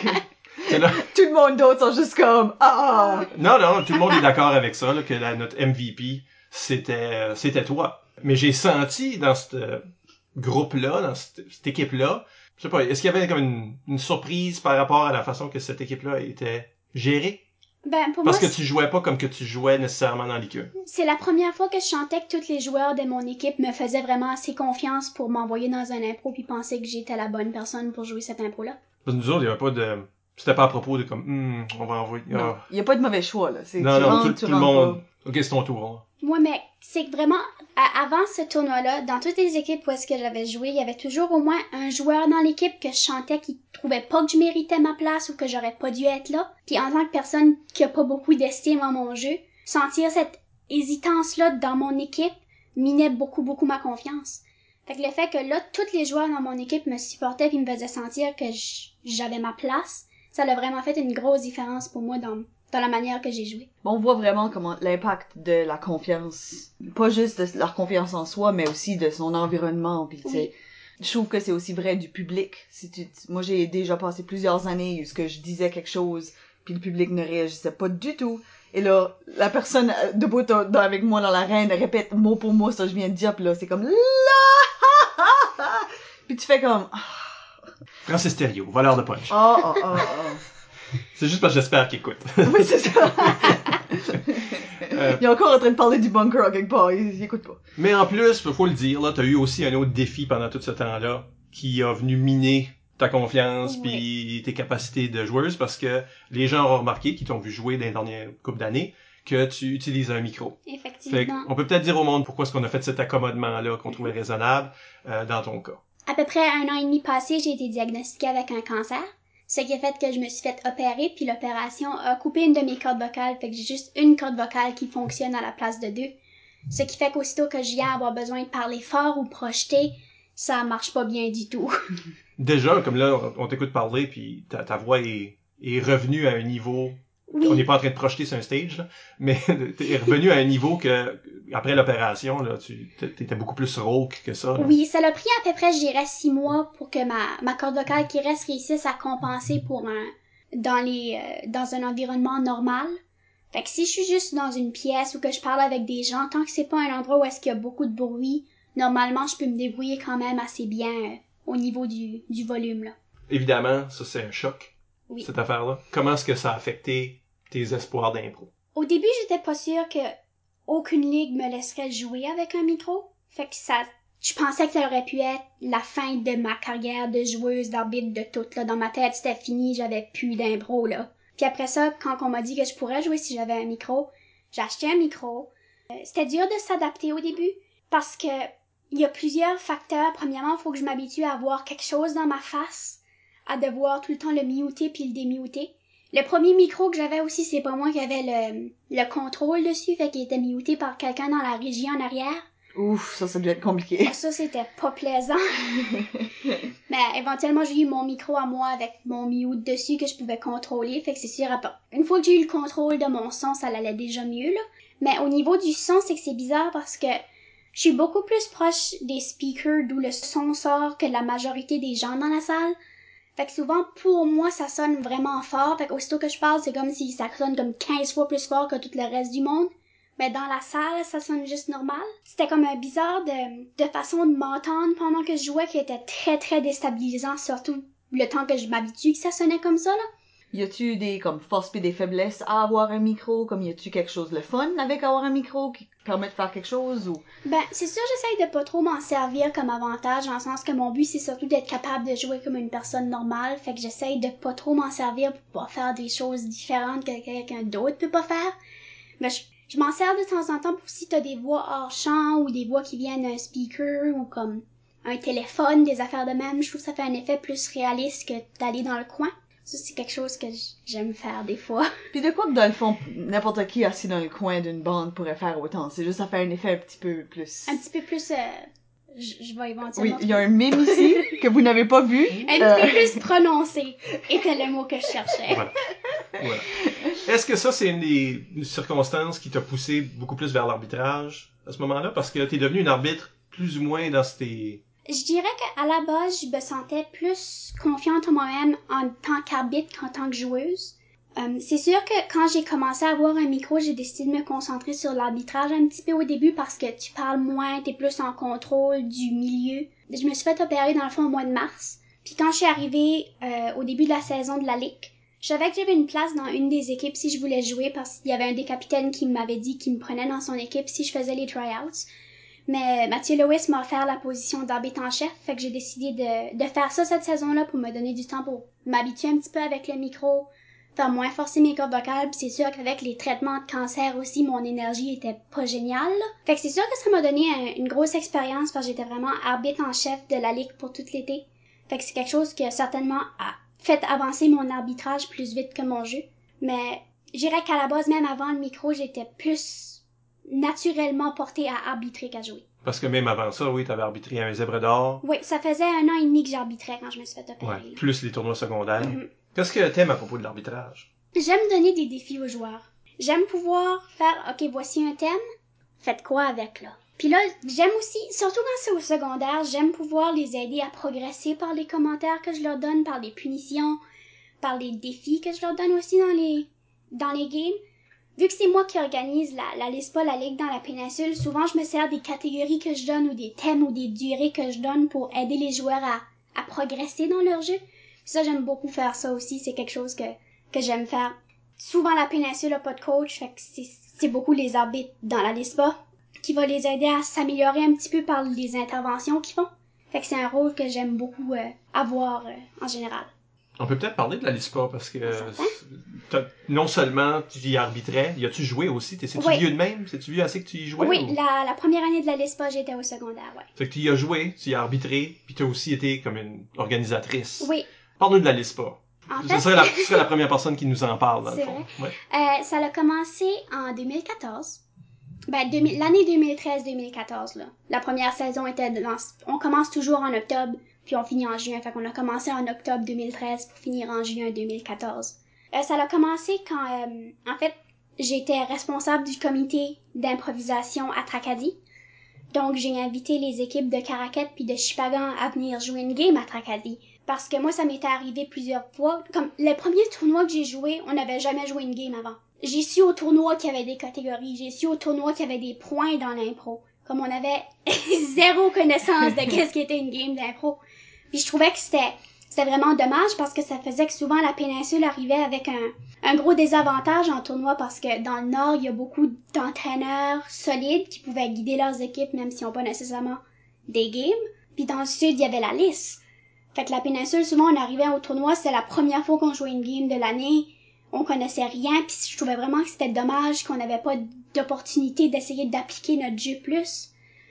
là... Tout le monde d'autre sont juste comme ah. Non non, tout le monde est d'accord avec ça, là, que la, notre M V P c'était c'était toi. Mais j'ai senti dans ce groupe-là, dans cette, cette équipe-là, je sais pas, est-ce qu'il y avait comme une, une surprise par rapport à la façon que cette équipe-là était gérée? Ben, pour Parce moi, que tu jouais pas comme que tu jouais nécessairement dans l'équipe. C'est la première fois que je sentais que tous les joueurs de mon équipe me faisaient vraiment assez confiance pour m'envoyer dans un impro puis penser que j'étais la bonne personne pour jouer cette impro-là. Parce que nous autres, il y avait pas de... C'était pas à propos de comme, hm, on va envoyer... Non, il y a pas de mauvais choix, là. C'est, non, tu non, rentres, tout, tu tout le monde... Pas. Ok, c'est ton tour, là. Ouais, mais c'est que vraiment, à, avant ce tournoi-là, dans toutes les équipes où est-ce que j'avais joué, il y avait toujours au moins un joueur dans l'équipe que je sentais qui trouvait pas que je méritais ma place ou que j'aurais pas dû être là. Puis en tant que personne qui a pas beaucoup d'estime en mon jeu, sentir cette hésitance-là dans mon équipe minait beaucoup, beaucoup ma confiance. Fait que le fait que là, tous les joueurs dans mon équipe me supportaient puis me faisaient sentir que j'avais ma place, ça a vraiment fait une grosse différence pour moi dans dans la manière que j'ai joué. Bon, on voit vraiment comment l'impact de la confiance, pas juste de leur confiance en soi, mais aussi de son environnement. Puis tu sais, oui. Je trouve que c'est aussi vrai du public. Si tu, moi, j'ai déjà passé plusieurs années où ce que je disais quelque chose, puis le public ne réagissait pas du tout. Et là, la personne debout avec moi dans l'arène répète mot pour mot ça que je viens de dire, puis là, c'est comme là, puis tu fais comme. Quand c'est stéréo, valeur de punch. Oh oh oh oh. C'est juste parce que j'espère qu'il écoute. Oui, c'est ça. euh, il est encore en train de parler du bunker à quelque part, il, il écoute pas. Mais en plus, il faut le dire, là, t'as eu aussi un autre défi pendant tout ce temps-là qui a venu miner ta confiance oui. Puis tes capacités de joueuse parce que les gens ont remarqué, qui t'ont vu jouer dans les dernières couples d'années, que tu utilises un micro. Effectivement. Fait on peut peut-être dire au monde pourquoi est-ce qu'on a fait cet accommodement-là qu'on trouvait raisonnable euh, dans ton cas. À peu près un an et demi passé, j'ai été diagnostiquée avec un cancer. Ce qui a fait que je me suis fait opérer, puis l'opération a coupé une de mes cordes vocales, fait que j'ai juste une corde vocale qui fonctionne à la place de deux. Ce qui fait qu'aussitôt que je viens avoir besoin de parler fort ou projeter, ça marche pas bien du tout. Déjà, comme là, on t'écoute parler, puis ta, ta voix est, est revenue à un niveau... Oui. On n'est pas en train de projeter sur un stage, là, mais t'es revenu à un niveau que, après l'opération, là, tu étais beaucoup plus rauque que ça. Là. Oui, ça l'a pris à peu près, je dirais, six mois pour que ma, ma corde vocale qui reste réussisse à compenser pour un, dans les, euh, dans un environnement normal. Fait que si je suis juste dans une pièce ou que je parle avec des gens, tant que c'est pas un endroit où est-ce qu'il y a beaucoup de bruit, normalement, je peux me débrouiller quand même assez bien euh, au niveau du, du volume, là. Évidemment, ça, c'est un choc. Oui. Cette affaire-là. Comment est-ce que ça a affecté tes espoirs d'impro? Au début, j'étais pas sûre que aucune ligue me laisserait jouer avec un micro. Fait que ça, je pensais que ça aurait pu être la fin de ma carrière de joueuse, d'arbitre, de tout, là. Dans ma tête, c'était fini, j'avais plus d'impro, là. Puis après ça, quand on m'a dit que je pourrais jouer si j'avais un micro, j'ai acheté un micro. Euh, c'était dur de s'adapter au début, parce que il y a plusieurs facteurs. Premièrement, il faut que je m'habitue à avoir quelque chose dans ma face, à devoir tout le temps le muter puis le démuter. Le premier micro que j'avais aussi, c'est pas moi qui avait le, le contrôle dessus, fait qu'il était muté par quelqu'un dans la régie en arrière. Ouf, ça, ça devait être compliqué. Ça, c'était pas plaisant. Mais éventuellement, j'ai eu mon micro à moi avec mon mute dessus que je pouvais contrôler, fait que c'est sûr, une fois que j'ai eu le contrôle de mon son, ça allait déjà mieux, là. Mais au niveau du son, c'est que c'est bizarre parce que je suis beaucoup plus proche des speakers d'où le son sort que de la majorité des gens dans la salle. Fait que souvent, pour moi, ça sonne vraiment fort. Fait qu'aussitôt que je parle, c'est comme si ça sonne comme quinze fois plus fort que tout le reste du monde. Mais dans la salle, ça sonne juste normal. C'était comme un bizarre de, de façon de m'entendre pendant que je jouais qui était très très déstabilisant, surtout le temps que je m'habitue que ça sonnait comme ça, là. Y a-tu des, comme, forces pis des faiblesses à avoir un micro? Comme, y a-tu quelque chose de fun avec avoir un micro qui permet de faire quelque chose ou? Ben, c'est sûr, j'essaye de pas trop m'en servir comme avantage, dans le sens que mon but, c'est surtout d'être capable de jouer comme une personne normale. Fait que j'essaye de pas trop m'en servir pour pouvoir faire des choses différentes que quelqu'un d'autre peut pas faire. Mais je, je m'en sers de temps en temps pour si t'as des voix hors champ ou des voix qui viennent d'un speaker ou comme un téléphone, des affaires de même. Je trouve que ça fait un effet plus réaliste que d'aller dans le coin. Ça, c'est quelque chose que j'aime faire des fois. Puis de quoi que dans le fond, n'importe qui assis dans le coin d'une bande pourrait faire autant? C'est juste, ça fait un effet un petit peu plus... Un petit peu plus... Euh, je, je vais éventuellement... Oui, il y a un mime ici que vous n'avez pas vu. Un euh... petit peu plus prononcé était le mot que je cherchais. Voilà. Voilà. Est-ce que ça, c'est une des circonstances qui t'a poussé beaucoup plus vers l'arbitrage à ce moment-là? Parce que t'es devenu une arbitre plus ou moins dans ces... Je dirais qu'à la base, je me sentais plus confiante en moi-même en tant qu'arbitre qu'en tant que joueuse. Euh, c'est sûr que quand j'ai commencé à avoir un micro, j'ai décidé de me concentrer sur l'arbitrage un petit peu au début parce que tu parles moins, t'es plus en contrôle du milieu. Je me suis fait opérer dans le fond au mois de mars. Puis quand je suis arrivée euh, au début de la saison de la Ligue, je savais que j'avais une place dans une des équipes si je voulais jouer parce qu'il y avait un des capitaines qui m'avait dit qu'il me prenait dans son équipe si je faisais les tryouts. Mais Mathieu Lewis m'a offert la position d'arbitre en chef, fait que j'ai décidé de, de faire ça cette saison-là pour me donner du temps pour m'habituer un petit peu avec le micro, faire moins forcer mes cordes vocales, pis c'est sûr qu'avec les traitements de cancer aussi, mon énergie était pas géniale. Fait que c'est sûr que ça m'a donné un, une grosse expérience parce que j'étais vraiment arbitre en chef de la Ligue pour tout l'été. Fait que c'est quelque chose qui a certainement fait avancer mon arbitrage plus vite que mon jeu. Mais je dirais qu'à la base, même avant le micro, j'étais plus naturellement portée à arbitrer qu'à jouer. Parce que même avant ça, oui, t'avais arbitré à un Zèbre d'or. Oui, ça faisait un an et demi que j'arbitrais quand je me suis fait opérer. Ouais, plus les tournois secondaires. Mm-hmm. Qu'est-ce que t'aimes à propos de l'arbitrage? J'aime donner des défis aux joueurs. J'aime pouvoir faire, ok, voici un thème, faites quoi avec, là? Puis là, j'aime aussi, surtout quand c'est au secondaire, j'aime pouvoir les aider à progresser par les commentaires que je leur donne, par les punitions, par les défis que je leur donne aussi dans les, dans les games. Vu que c'est moi qui organise la, la LISPA, la Ligue dans la péninsule, souvent je me sers des catégories que je donne ou des thèmes ou des durées que je donne pour aider les joueurs à, à progresser dans leur jeu. Puis ça, j'aime beaucoup faire ça aussi, c'est quelque chose que, que j'aime faire. Souvent la péninsule n'a pas de coach, fait que c'est, c'est beaucoup les arbitres dans la LISPA qui va les aider à s'améliorer un petit peu par les interventions qu'ils font. Fait que c'est un rôle que j'aime beaucoup euh, avoir euh, en général. On peut peut-être parler de la LISPA parce que euh, non seulement tu y arbitrais, y as-tu joué aussi? C'est-tu oui. vieux de même? C'est-tu vieux assez que tu y jouais? Oui, ou... la, la première année de la LISPA, j'étais au secondaire, ouais. Fait que tu y as joué, tu y as arbitré, puis tu as aussi été comme une organisatrice. Oui. Parle-nous de la LISPA. En Ce fait, serait la, tu serais la première personne qui nous en parle, dans le fond. Ouais. Euh, ça a commencé en deux mille quatorze. Ben, deux mille, l'année deux mille treize deux mille quatorze, là. La première saison était dans, on commence toujours en octobre, puis on finit en juin. Fait qu'on a commencé en octobre deux mille treize pour finir en juin deux mille quatorze. Euh, ça a commencé quand, euh, en fait, j'étais responsable du comité d'improvisation à Tracadie. Donc, j'ai invité les équipes de Caraquette puis de Chipagan à venir jouer une game à Tracadie. Parce que moi, ça m'était arrivé plusieurs fois. Comme, le premier tournoi que j'ai joué, on n'avait jamais joué une game avant. J'ai su au tournoi qu'il y avait des catégories. J'ai su au tournoi qu'il y avait des points dans l'impro. Comme on avait zéro connaissance de qu'est-ce qu'était une game d'impro. Puis je trouvais que c'était, c'était vraiment dommage parce que ça faisait que souvent la péninsule arrivait avec un, un gros désavantage en tournoi parce que dans le Nord, il y a beaucoup d'entraîneurs solides qui pouvaient guider leurs équipes même s'ils n'ont pas nécessairement des games. Puis dans le Sud, il y avait la liste. Fait que la péninsule, souvent, on arrivait au tournoi, c'était la première fois qu'on jouait une game de l'année. On connaissait rien, puis je trouvais vraiment que c'était dommage qu'on n'avait pas d'opportunité d'essayer d'appliquer notre jeu plus.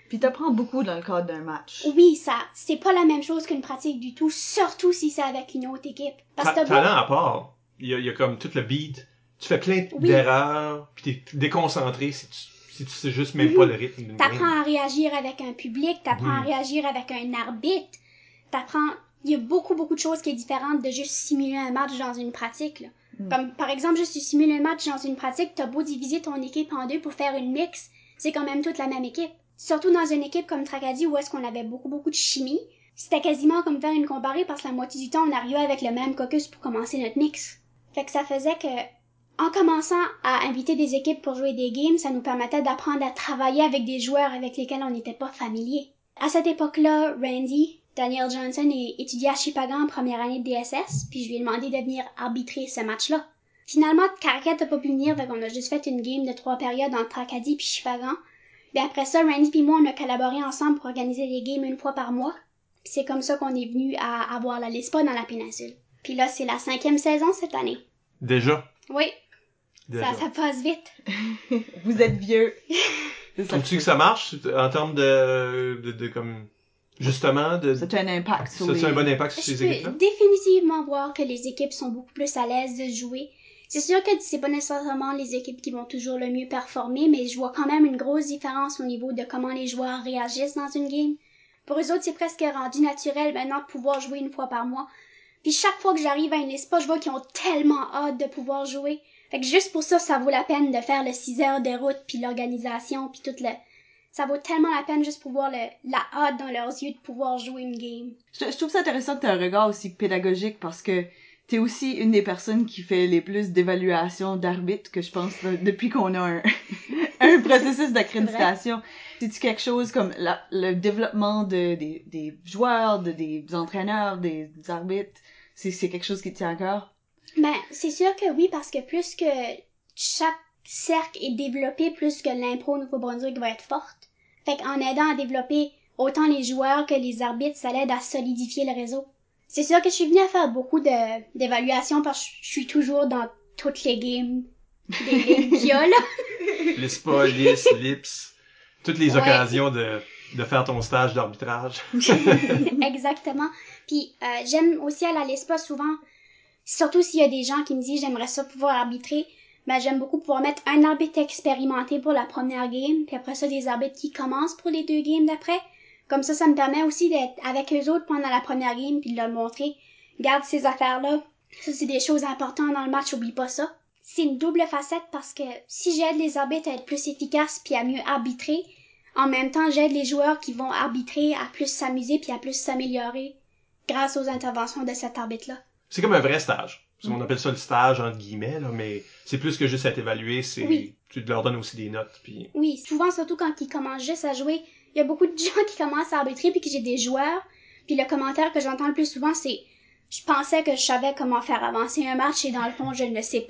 Puis t'apprends beaucoup dans le cadre d'un match. Oui, ça, c'est pas la même chose qu'une pratique du tout, surtout si c'est avec une autre équipe. Parce Ta- que talent à part, il y a, il y a comme tout le beat. Tu fais plein Oui. d'erreurs, puis t'es déconcentré si tu, si tu sais juste même Mhm. pas le rythme d'une T'apprends game. à réagir avec un public, t'apprends Mhm. à réagir avec un arbitre, t'apprends... Il y a beaucoup, beaucoup de choses qui est différentes de juste simuler un match dans une pratique, là. Mm. Comme, par exemple, juste tu simules un match dans une pratique, t'as beau diviser ton équipe en deux pour faire une mix, c'est quand même toute la même équipe. Surtout dans une équipe comme Tracadie où est-ce qu'on avait beaucoup, beaucoup de chimie, c'était quasiment comme faire une comparée parce que la moitié du temps, on arrivait avec le même caucus pour commencer notre mix. Fait que ça faisait que, en commençant à inviter des équipes pour jouer des games, ça nous permettait d'apprendre à travailler avec des joueurs avec lesquels on n'était pas familier. À cette époque-là, Randy, Daniel Johnson, est étudié à Shippagan en première année de D S S, puis je lui ai demandé de venir arbitrer ce match-là. Finalement, Caracat n'a pas pu venir, fait qu'on a juste fait une game de trois périodes entre Acadie puis Shippagan. Puis après ça, Randy puis moi, on a collaboré ensemble pour organiser des games une fois par mois. Puis c'est comme ça qu'on est venu à avoir la LISPA dans la péninsule. Puis là, c'est la cinquième saison cette année. Déjà. Oui, Déjà. ça, ça passe vite. Vous êtes vieux. C'est ça Trouves-tu que ça marche en termes de, de, de comme, justement, de, Ça a un impact sur ça les... a un bon impact sur Je ces équipes-là? peux définitivement voir que les équipes sont beaucoup plus à l'aise de jouer. C'est sûr que c'est pas nécessairement les équipes qui vont toujours le mieux performer, mais je vois quand même une grosse différence au niveau de comment les joueurs réagissent dans une game. Pour eux autres, c'est presque rendu naturel maintenant de pouvoir jouer une fois par mois. Puis chaque fois que j'arrive à une ISPA, je vois qu'ils ont tellement hâte de pouvoir jouer. Fait que juste pour ça, ça vaut la peine de faire le six heures de route, puis l'organisation, puis tout le... Ça vaut tellement la peine juste pour voir le, la hâte dans leurs yeux de pouvoir jouer une game. Je, je trouve ça intéressant que tu aies un regard aussi pédagogique parce que t'es aussi une des personnes qui fait les plus d'évaluations d'arbitre que je pense de- depuis qu'on a un, un processus d'accréditation. C'est-tu quelque chose comme la, le développement de, des, des joueurs, de, des entraîneurs, des, des arbitres, c'est, c'est quelque chose qui te tient à cœur? Ben, c'est sûr que oui, parce que plus que chaque cercle est développé, plus que l'impro au Nouveau-Brunswick va être forte. Fait qu'en aidant à développer autant les joueurs que les arbitres, ça l'aide à solidifier le réseau. C'est sûr que je suis venue à faire beaucoup de, d'évaluations parce que je suis toujours dans toutes les games des ligues qu'il y a, là. Les spas, l'I S, l'I P S, toutes les Ouais. occasions de, de faire ton stage d'arbitrage. Exactement. Puis euh, j'aime aussi aller à l'ESPA souvent, surtout s'il y a des gens qui me disent j'aimerais ça pouvoir arbitrer, ben j'aime beaucoup pouvoir mettre un arbitre expérimenté pour la première game, puis après ça des arbitres qui commencent pour les deux games d'après. Comme ça, ça me permet aussi d'être avec eux autres pendant la première game puis de leur montrer, garde ces affaires-là, ça c'est des choses importantes dans le match, oublie pas ça. C'est une double facette parce que si j'aide les arbitres à être plus efficaces puis à mieux arbitrer, en même temps j'aide les joueurs qui vont arbitrer à plus s'amuser puis à plus s'améliorer grâce aux interventions de cet arbitre-là. C'est comme un vrai stage. On appelle ça le stage, entre guillemets, là, mais c'est plus que juste être évalué, c'est, Oui. tu leur donnes aussi des notes, puis... Oui, souvent, surtout quand ils commencent juste à jouer, il y a beaucoup de gens qui commencent à arbitrer puis que j'ai des joueurs, puis le commentaire que j'entends le plus souvent, c'est « Je pensais que je savais comment faire avancer un match et dans le fond, je ne le sais pas. »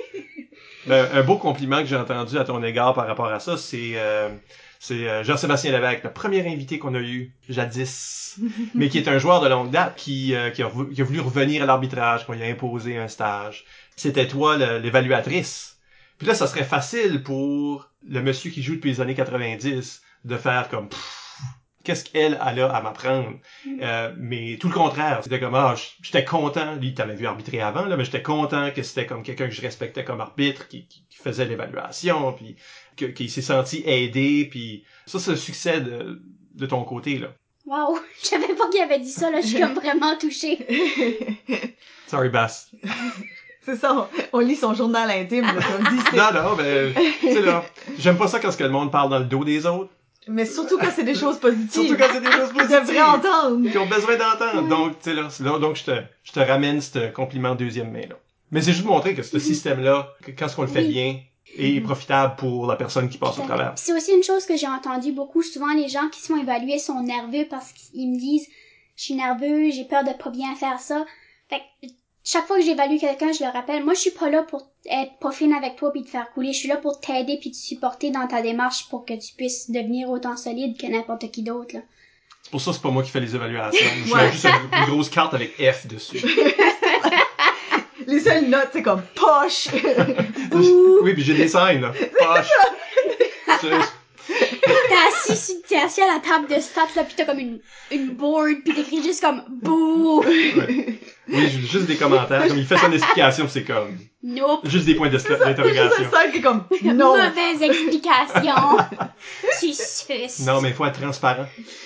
Ben, un beau compliment que j'ai entendu à ton égard par rapport à ça, c'est euh, c'est euh, Jean-Sébastien Lévesque, le premier invité qu'on a eu jadis, mais qui est un joueur de longue date, qui, euh, qui, a, vou- qui a voulu revenir à l'arbitrage, qu'on lui a imposé un stage. C'était toi le- l'évaluatrice. Puis là, ça serait facile pour le monsieur qui joue depuis les années quatre-vingt-dix de faire comme... Pff, qu'est-ce qu'elle elle a à m'apprendre? Euh, mais tout le contraire. C'était comme, ah, j'étais content. Lui, t'avais vu arbitrer avant, là, mais j'étais content que c'était comme quelqu'un que je respectais comme arbitre, qui, qui, qui faisait l'évaluation, puis que, qu'il s'est senti aidé, puis ça, c'est le succès de, de ton côté, là. Wow, je savais pas qu'il avait dit ça, là, je suis comme vraiment touchée. Sorry, Bass. C'est ça, on, on lit son journal intime, là, on dit c'est... Non, non, mais, tu sais, là, j'aime pas ça quand ce que le monde parle dans le dos des autres. Mais surtout quand c'est des choses positives. Surtout quand c'est des choses Qu'ils positives. devraient entendre. Qui ont besoin d'entendre. Donc, tu sais, là, c'est là, donc je te, je te ramène ce compliment deuxième main, là. Mais c'est juste de montrer que ce système-là, que quand ce qu'on le fait Oui. bien, est profitable pour la personne qui passe au travers. Puis c'est aussi une chose que j'ai entendue beaucoup. Souvent, les gens qui se font évaluer sont nerveux parce qu'ils me disent « Je suis nerveux, j'ai peur de pas bien faire ça. » Fait que chaque fois que j'évalue quelqu'un, je le rappelle, moi, je suis pas là pour être pas fine avec toi puis te faire couler. Je suis là pour t'aider puis te supporter dans ta démarche pour que tu puisses devenir autant solide que n'importe qui d'autre, là. C'est pour ça que c'est pas moi qui fais les évaluations. Je Ouais. fais juste une, une grosse carte avec F dessus. Les seules notes, c'est comme poche. Oui, puis j'ai des signes, là. Poche. C'est- T'es assis, sur- t'es assis à la table de stats, là, pis t'as comme une, une board, pis t'écris juste comme « Bouh! Ouais. Oui, juste des commentaires. Comme il fait son explication, c'est comme... » Nope. Juste des points de- C'est ça, d'interrogation. c'est ça qui est comme « Non! » Mauvaise explication. Tu suces. Non, mais il faut être transparent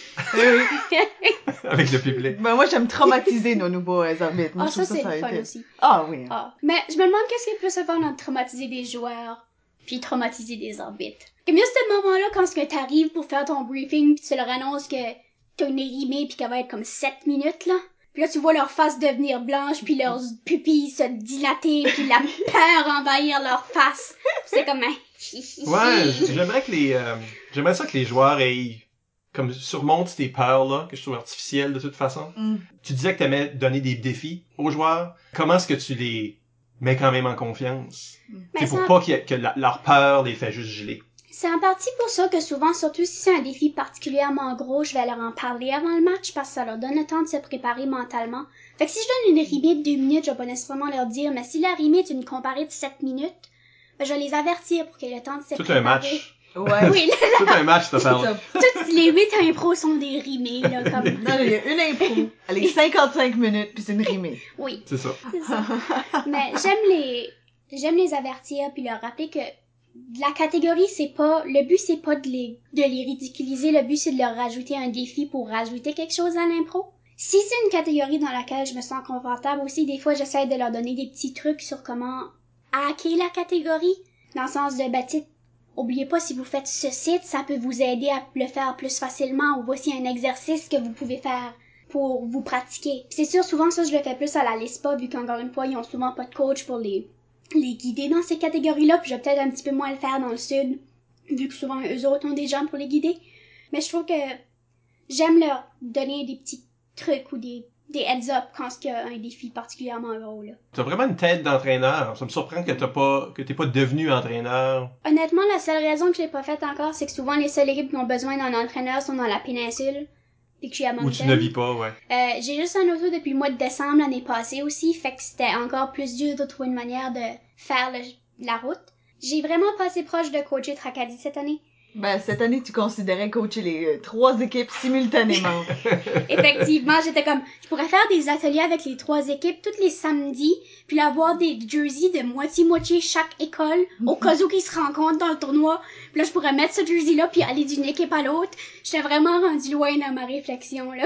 Eh oui. avec le public. Ben moi, j'aime traumatiser nos nouveaux euh, arbitres. Moi, Ah, je trouve ça, c'est a le fun été- aussi. Ah oui. Ah. Mais je me demande qu'est-ce qui est plus le fun entre traumatiser des joueurs puis traumatiser des arbitres. Comme il y a ce moment-là quand ce que t'arrives pour faire ton briefing pis tu leur annonces que t'as une rimée pis qu'elle va être comme sept minutes, là. Pis là, tu vois leur face devenir blanche pis leurs pupilles se dilater pis la peur envahir leur face. C'est comme un... Ouais, j'aimerais que les... Euh, j'aimerais ça que les joueurs aient... Comme surmontent ces peurs-là, que je trouve artificielles de toute façon. Mm. Tu disais que t'aimais donner des défis aux joueurs. Comment est-ce que tu les mets quand même en confiance? Mais C'est pour ça- pas qu'il y ait- que la- leur peur les fait juste geler. C'est en partie pour ça que souvent, surtout si c'est un défi particulièrement gros, je vais leur en parler avant le match parce que ça leur donne le temps de se préparer mentalement. Fait que si je donne une rimée de deux minutes, je vais pas nécessairement leur dire, mais si la rimée est une comparée de sept minutes, ben je vais les avertir pour qu'ils aient le temps de se Tout préparer. un match. Ouais. Oui, là, Tout un match, cette affaire-là. toutes les huit impros sont des rimées, là, comme... Non, il y a une impro. Elle est cinquante-cinq minutes, puis c'est une rimée. Oui, C'est ça. c'est ça. Mais j'aime les, j'aime les avertir puis leur rappeler que la catégorie, c'est pas, le but c'est pas de les, de les ridiculiser, le but c'est de leur rajouter un défi pour rajouter quelque chose à l'impro. Si c'est une catégorie dans laquelle je me sens confortable aussi, des fois j'essaie de leur donner des petits trucs sur comment hacker la catégorie, dans le sens de, bah, tu sais, oubliez pas, si vous faites ce site, ça peut vous aider à le faire plus facilement, ou voici un exercice que vous pouvez faire pour vous pratiquer. Puis c'est sûr, souvent ça, je le fais plus à la LISPA, vu qu'encore une fois, ils ont souvent pas de coach pour les, les guider dans ces catégories-là, puis je vais peut-être un petit peu moins le faire dans le sud, vu que souvent eux autres ont des gens pour les guider. Mais je trouve que j'aime leur donner des petits trucs ou des, des heads-up quand il y a un défi particulièrement gros, là. T'as vraiment une tête d'entraîneur. Ça me surprend que t'as pas, que t'es pas devenu entraîneur. Honnêtement, la seule raison que je l'ai pas faite encore, c'est que souvent les seules équipes qui ont besoin d'un entraîneur sont dans la péninsule, puis que je suis à Moncton. Où tu ne vis pas, ouais. Euh, j'ai juste un auto depuis le mois de décembre l'année passée aussi, fait que c'était encore plus dur de trouver une manière de faire le- la route. J'ai vraiment pas assez proche de coacher Tracadie cette année. Ben, cette année, tu considérais coacher les euh, trois équipes simultanément. Effectivement, j'étais comme, je pourrais faire des ateliers avec les trois équipes tous les samedis, puis avoir des jerseys de moitié-moitié chaque école, au cas où qu'ils se rencontrent dans le tournoi. Puis là, je pourrais mettre ce jersey-là, puis aller d'une équipe à l'autre. J'étais vraiment rendue loin dans ma réflexion, là.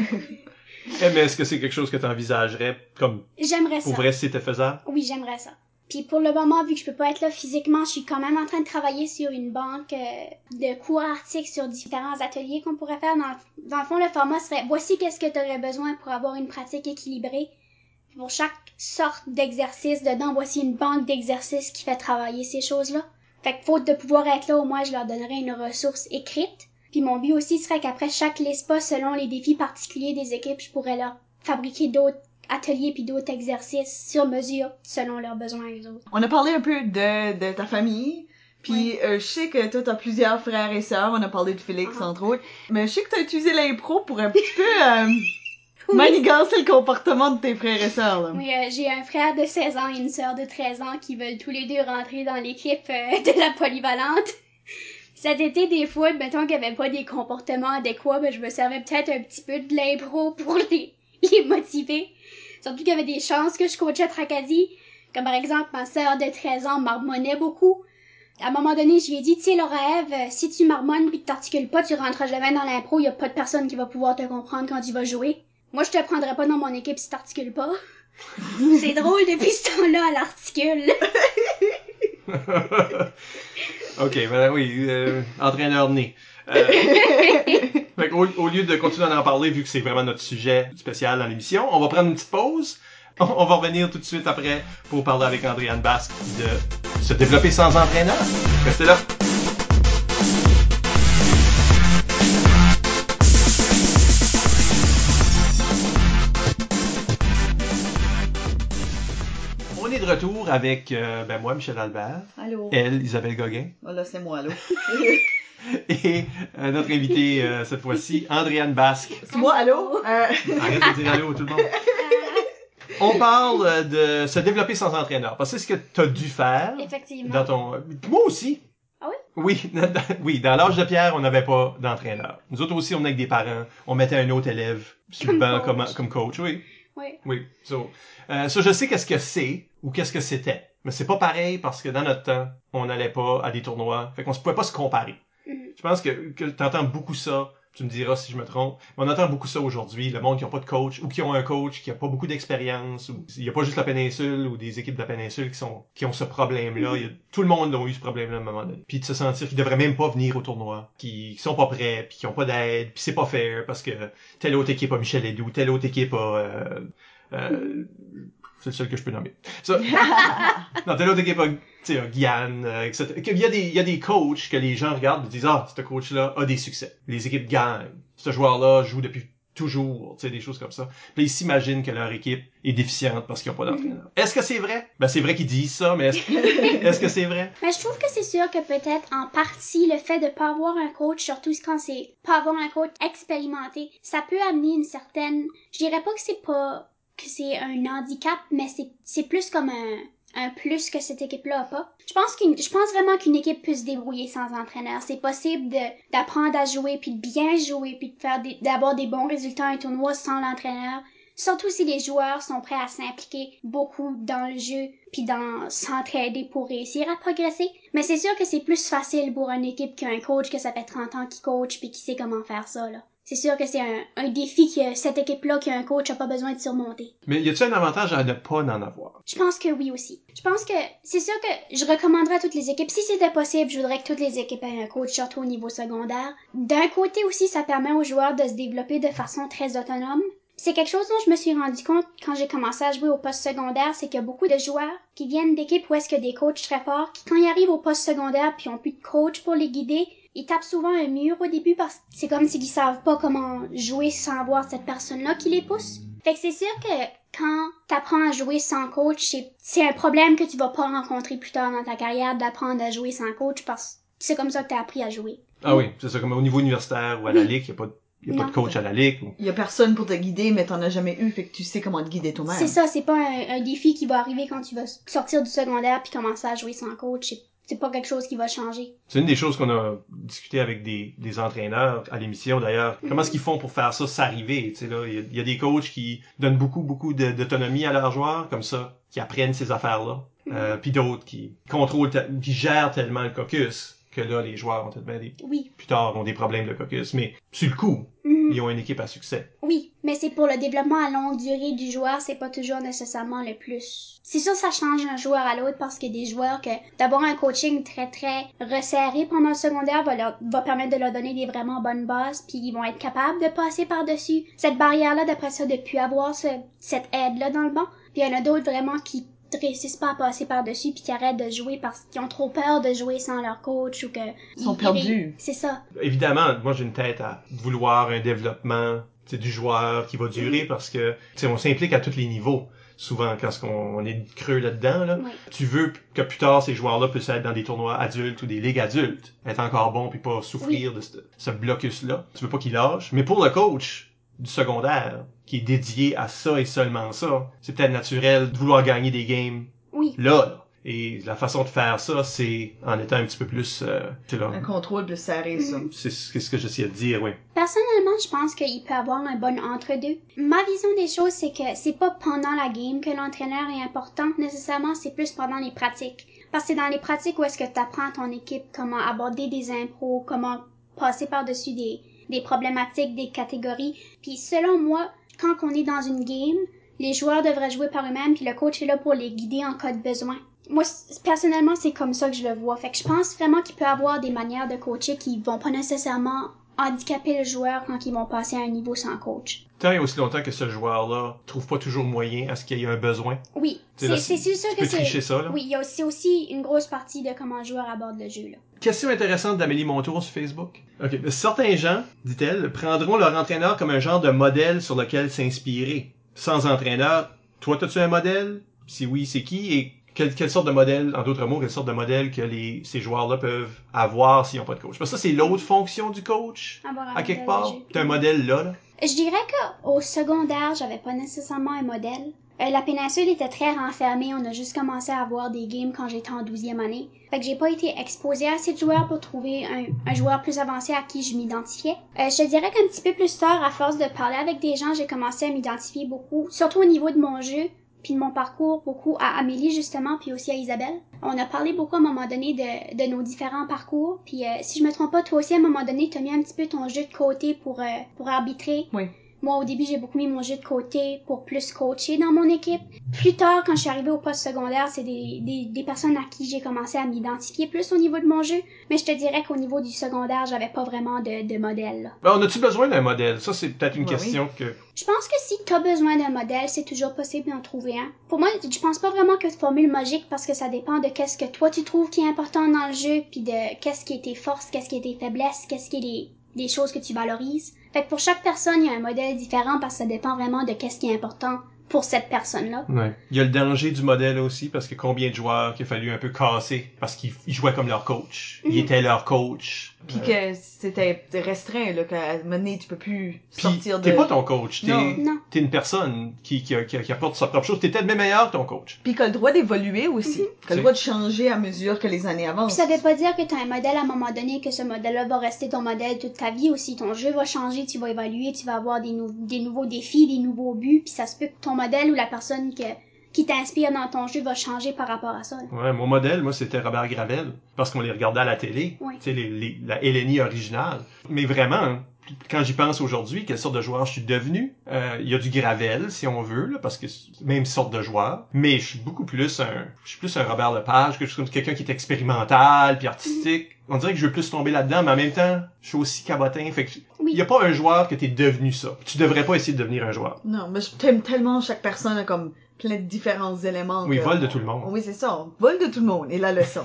Eh, mais est-ce que c'est quelque chose que t'envisagerais comme, J'aimerais ça. pour vrai, si c'était faisable? Oui, j'aimerais ça. Puis pour le moment, vu que je peux pas être là physiquement, je suis quand même en train de travailler sur une banque euh, de cours articles sur différents ateliers qu'on pourrait faire. Dans, dans le fond, le format serait « Voici qu'est-ce que tu aurais besoin pour avoir une pratique équilibrée. » Pour chaque sorte d'exercice dedans, voici une banque d'exercices qui fait travailler ces choses-là. Fait que faute de pouvoir être là, au moins, je leur donnerais une ressource écrite. Puis mon but aussi serait qu'après chaque LISPA, selon les défis particuliers des équipes, je pourrais leur fabriquer d'autres ateliers puis d'autres exercices sur mesure selon leurs besoins les autres. On a parlé un peu de, de ta famille, puis Oui. euh, je sais que toi t'as plusieurs frères et sœurs, on a parlé de Félix Uh-huh. entre autres, mais je sais que t'as utilisé l'impro pour un petit peu euh, manigancer le comportement de tes frères et sœurs, là. Oui, euh, j'ai un frère de seize ans et une sœur de treize ans qui veulent tous les deux rentrer dans l'équipe euh, de la polyvalente. Cet été, des fois, mettons qu'il n'y avait pas des comportements adéquats, ben, je me servais peut-être un petit peu de l'impro pour les, les motiver. Surtout qu'il y avait des chances que je coachais Tracadie. Comme par exemple, ma sœur de treize ans marmonnait beaucoup. À un moment donné, je lui ai dit, tu sais, Laura Ève, si tu marmonnes pis que t'articules pas, tu rentres jamais dans l'impro, y a pas de personne qui va pouvoir te comprendre quand tu vas jouer. Moi, je te prendrai pas dans mon équipe si t'articules pas. C'est drôle, depuis ce temps-là, elle articule. Ok, ben oui, euh, entraîneur né. Euh, fait qu'au, au lieu de continuer à en parler, vu que c'est vraiment notre sujet spécial dans l'émission, on va prendre une petite pause. On, on va revenir tout de suite après pour parler avec Andréane Basque de se développer sans entraîneur. Restez là. On est de retour avec euh, ben moi, Michel Albert, Allô? elle, Isabelle Gauguin, Oh là, c'est moi, là. et euh, notre invité euh, cette fois-ci, Andréane Basque. C'est moi, allô? Euh... Arrête de dire allô tout le monde. On parle euh, de se développer sans entraîneur, parce que c'est ce que tu as dû faire Effectivement. dans ton... Moi aussi. Ah oui? Oui, oui, dans l'âge de pierre, on n'avait pas d'entraîneur. Nous autres aussi, on venait avec des parents. On mettait un autre élève sur le banc comme, comme coach, oui. Oui. Oui. So, euh, so je sais qu'est-ce que c'est ou qu'est-ce que c'était. Mais c'est pas pareil parce que dans notre temps, on n'allait pas à des tournois. Fait qu'on ne pouvait pas se comparer. Mm-hmm. Je pense que, que tu entends beaucoup ça. Tu me diras si je me trompe. Mais on entend beaucoup ça aujourd'hui. Le monde qui n'a pas de coach ou qui ont un coach qui n'a pas beaucoup d'expérience. Ou il n'y a pas juste la péninsule ou des équipes de la péninsule qui sont qui ont ce problème-là. Il y a, tout le monde a eu ce problème-là à un moment donné. Puis de se sentir qu'ils devraient même pas venir au tournoi, qui, qui sont pas prêts, puis qui ont pas d'aide, puis c'est pas fair parce que telle autre équipe a Michel Ledoux, telle autre équipe a... Euh, euh, c'est le seul que je peux nommer. Ça, non, telle autre équipe a, tu sais, Guyane, euh, et cetera. Il y a des, il y a des coachs que les gens regardent et disent, ah, ce coach-là a des succès. Les équipes gagnent. Ce joueur-là joue depuis toujours, tu sais, des choses comme ça. Puis ils s'imaginent que leur équipe est déficiente parce qu'ils n'ont pas d'entraîneur. Est-ce que c'est vrai? Ben, c'est vrai qu'ils disent ça, mais est-ce que, est-ce que c'est vrai? Mais je trouve que c'est sûr que peut-être en partie le fait de pas avoir un coach, surtout quand c'est pas avoir un coach expérimenté, ça peut amener une certaine, je dirais pas que c'est pas que c'est un handicap, mais c'est c'est plus comme un un plus que cette équipe-là a pas. Je pense qu'une, je pense vraiment qu'une équipe peut se débrouiller sans entraîneur. C'est possible de, d'apprendre à jouer, puis de bien jouer, puis de faire des, d'avoir des bons résultats à un tournoi sans l'entraîneur. Surtout si les joueurs sont prêts à s'impliquer beaucoup dans le jeu, puis dans s'entraider pour réussir à progresser. Mais c'est sûr que c'est plus facile pour une équipe qu'un coach que ça fait trente ans qui coach, puis qui sait comment faire ça, là. C'est sûr que c'est un, un défi que cette équipe-là, qui a un coach, a pas besoin de surmonter. Mais y a-t-il un avantage à ne pas en avoir? Je pense que oui aussi. Je pense que c'est sûr que je recommanderais à toutes les équipes. Si c'était possible, je voudrais que toutes les équipes aient un coach, surtout au niveau secondaire. D'un côté aussi, ça permet aux joueurs de se développer de façon très autonome. C'est quelque chose dont je me suis rendu compte quand j'ai commencé à jouer au poste secondaire, c'est qu'il y a beaucoup de joueurs qui viennent d'équipes où est-ce qu'il y a des coachs très forts, qui quand ils arrivent au poste secondaire puis ils ont plus de coach pour les guider, ils tapent souvent un mur au début parce que c'est comme s'ils savent pas comment jouer sans avoir cette personne-là qui les pousse. Fait que c'est sûr que quand t'apprends à jouer sans coach, c'est, c'est un problème que tu vas pas rencontrer plus tard dans ta carrière d'apprendre à jouer sans coach parce que c'est comme ça que t'as appris à jouer. Ah oui, c'est ça, comme au niveau universitaire ou à la ligue, il y a pas de Il n'y a Non. pas de coach à la ligue. Ou... Il y a personne pour te guider, mais t'en as jamais eu, fait que tu sais comment te guider toi-même. C'est ça, c'est pas un, un défi qui va arriver quand tu vas sortir du secondaire puis commencer à jouer sans coach. C'est, c'est pas quelque chose qui va changer. C'est une des choses qu'on a discuté avec des, des entraîneurs à l'émission d'ailleurs. Mm-hmm. Comment est-ce qu'ils font pour faire ça s'arriver? Tu sais, là, il y, a, il y a des coachs qui donnent beaucoup, beaucoup de, d'autonomie à leurs joueurs, comme ça, qui apprennent ces affaires-là. Mm-hmm. Euh, puis d'autres qui contrôlent, qui gèrent tellement le caucus que là, les joueurs ont peut-être des... Oui. Plus tard, ont des problèmes de caucus. Mais, sur le coup, mm-hmm. ils ont une équipe à succès. Oui, mais c'est pour le développement à longue durée du joueur, c'est pas toujours nécessairement le plus. C'est sûr, ça change d'un joueur à l'autre parce qu'il y a des joueurs que d'avoir un coaching très, très resserré pendant le secondaire va leur, va permettre de leur donner des vraiment bonnes bases puis ils vont être capables de passer par-dessus cette barrière-là, d'après ça, de plus avoir ce, cette aide-là dans le banc. Puis il y en a d'autres vraiment qui réussissent pas à passer par-dessus puis qui arrêtent de jouer parce qu'ils ont trop peur de jouer sans leur coach ou que... Ils sont perdus. C'est ça. Évidemment, moi j'ai une tête à vouloir un développement du joueur qui va durer parce que on s'implique à tous les niveaux. Souvent, quand on est creux là-dedans, là, oui. Tu veux que plus tard, ces joueurs-là puissent être dans des tournois adultes ou des ligues adultes, être encore bons puis pas souffrir oui. de ce, ce blocus-là. Tu veux pas qu'ils lâchent. Mais pour le coach du secondaire, qui est dédié à ça et seulement ça, c'est peut-être naturel de vouloir gagner des games oui. là, là. Et la façon de faire ça, c'est en étant un petit peu plus... Euh, là, un contrôle plus serré, ça. C'est, c'est ce que j'essayais de dire, oui. Personnellement, je pense qu'il peut avoir un bon entre-deux. Ma vision des choses, c'est que c'est pas pendant la game que l'entraîneur est important, nécessairement, c'est plus pendant les pratiques. Parce que c'est dans les pratiques où est-ce que tu apprends à ton équipe comment aborder des impros, comment passer par-dessus des, des problématiques, des catégories. Puis selon moi, quand on est dans une game, les joueurs devraient jouer par eux-mêmes, puis le coach est là pour les guider en cas de besoin. Moi, personnellement, c'est comme ça que je le vois. Fait que je pense vraiment qu'il peut y avoir des manières de coacher qui vont pas nécessairement handicaper le joueur quand ils vont passer à un niveau sans coach. Tant et aussi longtemps que ce joueur-là trouve pas toujours moyen à ce qu'il y ait un besoin. Oui, c'est, là, c'est, c'est sûr tu que peux c'est... tricher ça, là. Oui, il y a aussi, aussi une grosse partie de comment le joueur aborde le jeu, là. Question intéressante d'Amélie Montour sur Facebook. OK. Certains gens, dit-elle, prendront leur entraîneur comme un genre de modèle sur lequel s'inspirer. Sans entraîneur, toi, as-tu un modèle? Si oui, c'est qui? Et Quelle, quelle sorte de modèle, en d'autres mots, quelle sorte de modèle que les, ces joueurs-là peuvent avoir s'ils n'ont pas de coach? Parce que ça, c'est l'autre fonction du coach, à quelque part. T'as un modèle là, là. Je dirais qu'au secondaire, j'avais pas nécessairement un modèle. Euh, la péninsule était très renfermée, on a juste commencé à avoir des games quand j'étais en douzième année. Fait que j'ai pas été exposée à assez de joueurs pour trouver un, un joueur plus avancé à qui je m'identifiais. Euh, je te dirais qu'un petit peu plus tard, à force de parler avec des gens, j'ai commencé à m'identifier beaucoup, surtout au niveau de mon jeu, puis de mon parcours, beaucoup à Amélie justement, puis aussi à Isabelle. On a parlé beaucoup à un moment donné de, de nos différents parcours, puis euh, si je me trompe pas, toi aussi à un moment donné, t'as mis un petit peu ton jeu de côté pour, euh, pour arbitrer. Oui. Moi, au début, j'ai beaucoup mis mon jeu de côté pour plus coacher dans mon équipe. Plus tard, quand je suis arrivée au poste secondaire, c'est des, des, des personnes à qui j'ai commencé à m'identifier plus au niveau de mon jeu. Mais je te dirais qu'au niveau du secondaire, j'avais pas vraiment de, de modèle, là. Ben, on a-tu besoin d'un modèle? Ça, c'est peut-être une Ouais, question oui. que... Je pense que si t'as besoin d'un modèle, c'est toujours possible d'en trouver un. Pour moi, je pense pas vraiment que de formule magique parce que ça dépend de qu'est-ce que toi tu trouves qui est important dans le jeu, puis de qu'est-ce qui est tes forces, qu'est-ce qui est tes faiblesses, qu'est-ce qui est les, les choses que tu valorises. Fait que pour chaque personne, il y a un modèle différent parce que ça dépend vraiment de qu'est-ce qui est important pour cette personne-là. Ouais. Il y a le danger du modèle aussi, parce que combien de joueurs qu'il a fallu un peu casser, parce qu'ils ils jouaient comme leur coach. Ils Mhm. étaient leur coach. Puis Euh, que c'était restreint, là, qu'à un moment donné, tu peux plus Puis, sortir de... t'es pas ton coach, t'es, Non. Non. t'es une personne qui, qui, qui, qui apporte sa propre chose. T'es peut-être même meilleur que ton coach. Puis qu'elle a le droit d'évoluer aussi. Qu'elle a C'est- le droit de changer à mesure que les années Puis avancent. ça veut pas dire que t'as un modèle à un moment donné, que ce modèle-là va rester ton modèle toute ta vie aussi. Ton jeu va changer, tu vas évoluer, tu vas avoir des, nou- des nouveaux défis, des nouveaux buts, puis ça se peut que ton modèle ou la personne que, qui t'inspire dans ton jeu va changer par rapport à ça, là. Ouais, mon modèle, moi, c'était Robert Gravel, parce qu'on les regardait à la télé. Oui. Tu sais, les, les, la Hélénie originale. Mais vraiment, hein, quand j'y pense aujourd'hui, quelle sorte de joueur je suis devenu, euh, il y a du Gravel, si on veut, là, parce que c'est la même sorte de joueur. Mais je suis beaucoup plus un, je suis plus un Robert Lepage, que je suis comme quelqu'un qui est expérimental, puis artistique. On dirait que je veux plus tomber là-dedans, mais en même temps, je suis aussi cabotin. Fait que, Oui. il y a pas un joueur que t'es devenu ça. Tu devrais pas essayer de devenir un joueur. Non, mais je t'aime tellement, chaque personne a comme plein de différents éléments. Oui, que- vole de tout le monde. Oui, c'est ça. On vole de tout le monde. Et la leçon.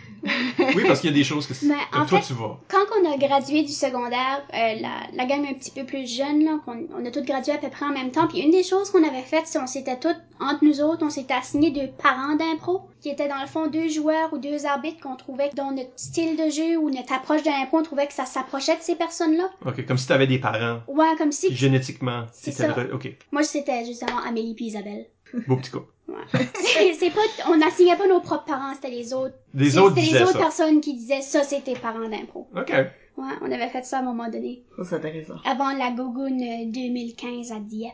Oui, parce qu'il y a des choses que, Mais que en toi, fait, tu vas. Quand on a gradué du secondaire, euh, la, la gang un petit peu plus jeune, là, qu'on, on a tous gradué à peu près en même temps, puis une des choses qu'on avait faites, c'est qu'on s'était tous, entre nous autres, on s'était assigné deux parents d'impro, qui étaient dans le fond deux joueurs ou deux arbitres qu'on trouvait que dans notre style de jeu ou notre approche de l'impro, on trouvait que ça s'approchait de ces personnes-là. OK, comme si t'avais des parents. Ouais, comme si... Puis génétiquement, C'est c'était ça. le... OK, Moi, c'était justement Amélie puis Isabelle. beau petit couple. Ouais. c'est, c'est pas... On n'assignait pas nos propres parents, c'était les autres. Les C'est- autres C'était disaient les autres ça. personnes qui disaient ça, c'est tes parents d'impro. OK. Ouais, on avait fait ça à un moment donné. Ça, c'est intéressant. Avant la Gougoune euh, deux mille quinze à Dieppe.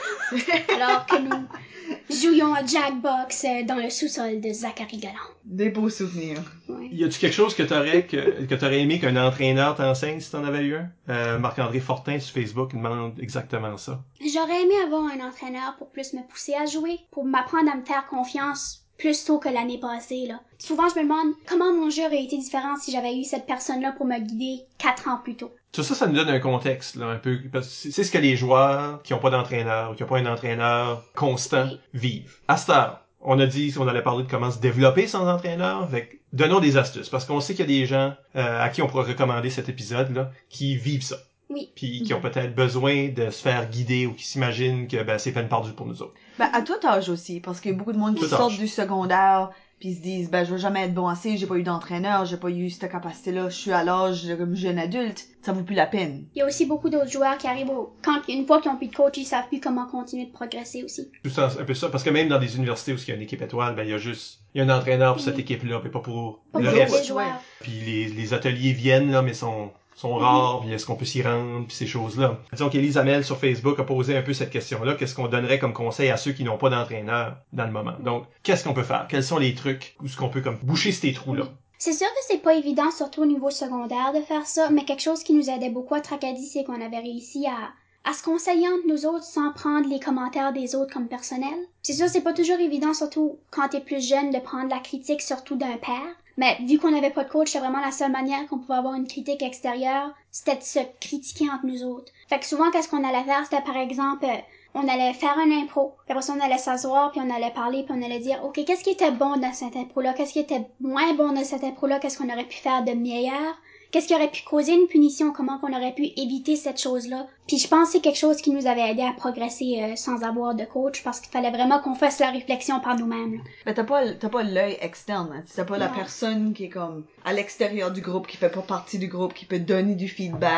Alors que nous jouions à Jackbox euh, dans le sous-sol de Zachary Galland. Des beaux souvenirs. Ouais. Y a-tu quelque chose que t'aurais que, que t'aurais aimé qu'un entraîneur t'enseigne si t'en avais eu un? Euh, Marc-André Fortin sur Facebook demande exactement ça. J'aurais aimé avoir un entraîneur pour plus me pousser à jouer, pour m'apprendre à me faire confiance plus tôt que l'année passée, là. Souvent, je me demande comment mon jeu aurait été différent si j'avais eu cette personne-là pour me guider quatre ans plus tôt. Tout ça, ça nous donne un contexte, là, un peu. Parce que c'est c'est ce que les joueurs qui ont pas d'entraîneur, ou qui ont pas un entraîneur constant, Oui. vivent. À cette heure, on a dit qu'on allait parler de comment se développer sans entraîneur. Fait que donnons des astuces, parce qu'on sait qu'il y a des gens euh, à qui on pourrait recommander cet épisode-là, qui vivent ça. Oui. Puis qui ont peut-être besoin de se faire guider ou qui s'imaginent que ben, c'est peine perdue pour nous autres. Ben, à tout âge aussi, parce qu'il y a beaucoup de monde qui Tout sortent âge. du secondaire, puis se disent, ben, je vais jamais être bon assez, j'ai pas eu d'entraîneur, j'ai pas eu cette capacité-là, je suis à l'âge de comme jeune adulte, ça vaut plus la peine. Il y a aussi beaucoup d'autres joueurs qui arrivent au... quand une fois qu'ils ont plus de coach, ils savent plus comment continuer de progresser aussi. Tout ça, un peu ça, parce que même dans des universités où il y a une équipe étoile, ben il y a juste il y a un entraîneur pour cette Oui. équipe-là, mais pas pour Pas le pour reste. les joueurs. Puis les, les ateliers viennent là, mais sont sont rares, puis est-ce qu'on peut s'y rendre, puis ces choses-là. Disons qu'Élise Hamel sur Facebook a posé un peu cette question-là, qu'est-ce qu'on donnerait comme conseil à ceux qui n'ont pas d'entraîneur dans le moment. Donc, qu'est-ce qu'on peut faire? Quels sont les trucs où ce qu'on peut comme boucher ces trous-là? C'est sûr que c'est pas évident, surtout au niveau secondaire, de faire ça, mais quelque chose qui nous aidait beaucoup à Tracadie, c'est qu'on avait réussi à, à se conseiller entre nous autres sans prendre les commentaires des autres comme personnels. C'est sûr, c'est pas toujours évident, surtout quand t'es plus jeune, de prendre la critique, surtout d'un père. Mais vu qu'on n'avait pas de coach, c'était vraiment la seule manière qu'on pouvait avoir une critique extérieure, c'était de se critiquer entre nous autres. Fait que souvent, qu'est-ce qu'on allait faire, c'était par exemple, euh, on allait faire un impro, puis après ça, on allait s'asseoir, puis on allait parler, puis on allait dire, OK, qu'est-ce qui était bon dans cette impro-là? Qu'est-ce qui était moins bon dans cette impro-là? Qu'est-ce qu'on aurait pu faire de meilleur? Qu'est-ce qui aurait pu causer une punition? Comment qu'on aurait pu éviter cette chose-là? Puis je pense que c'est quelque chose qui nous avait aidé à progresser euh, sans avoir de coach, parce qu'il fallait vraiment qu'on fasse la réflexion par nous-mêmes, là. Ben, t'as pas, t'as pas l'œil externe, hein. T'as pas la Non. personne qui est comme à l'extérieur du groupe, qui fait pas partie du groupe, qui peut donner du feedback,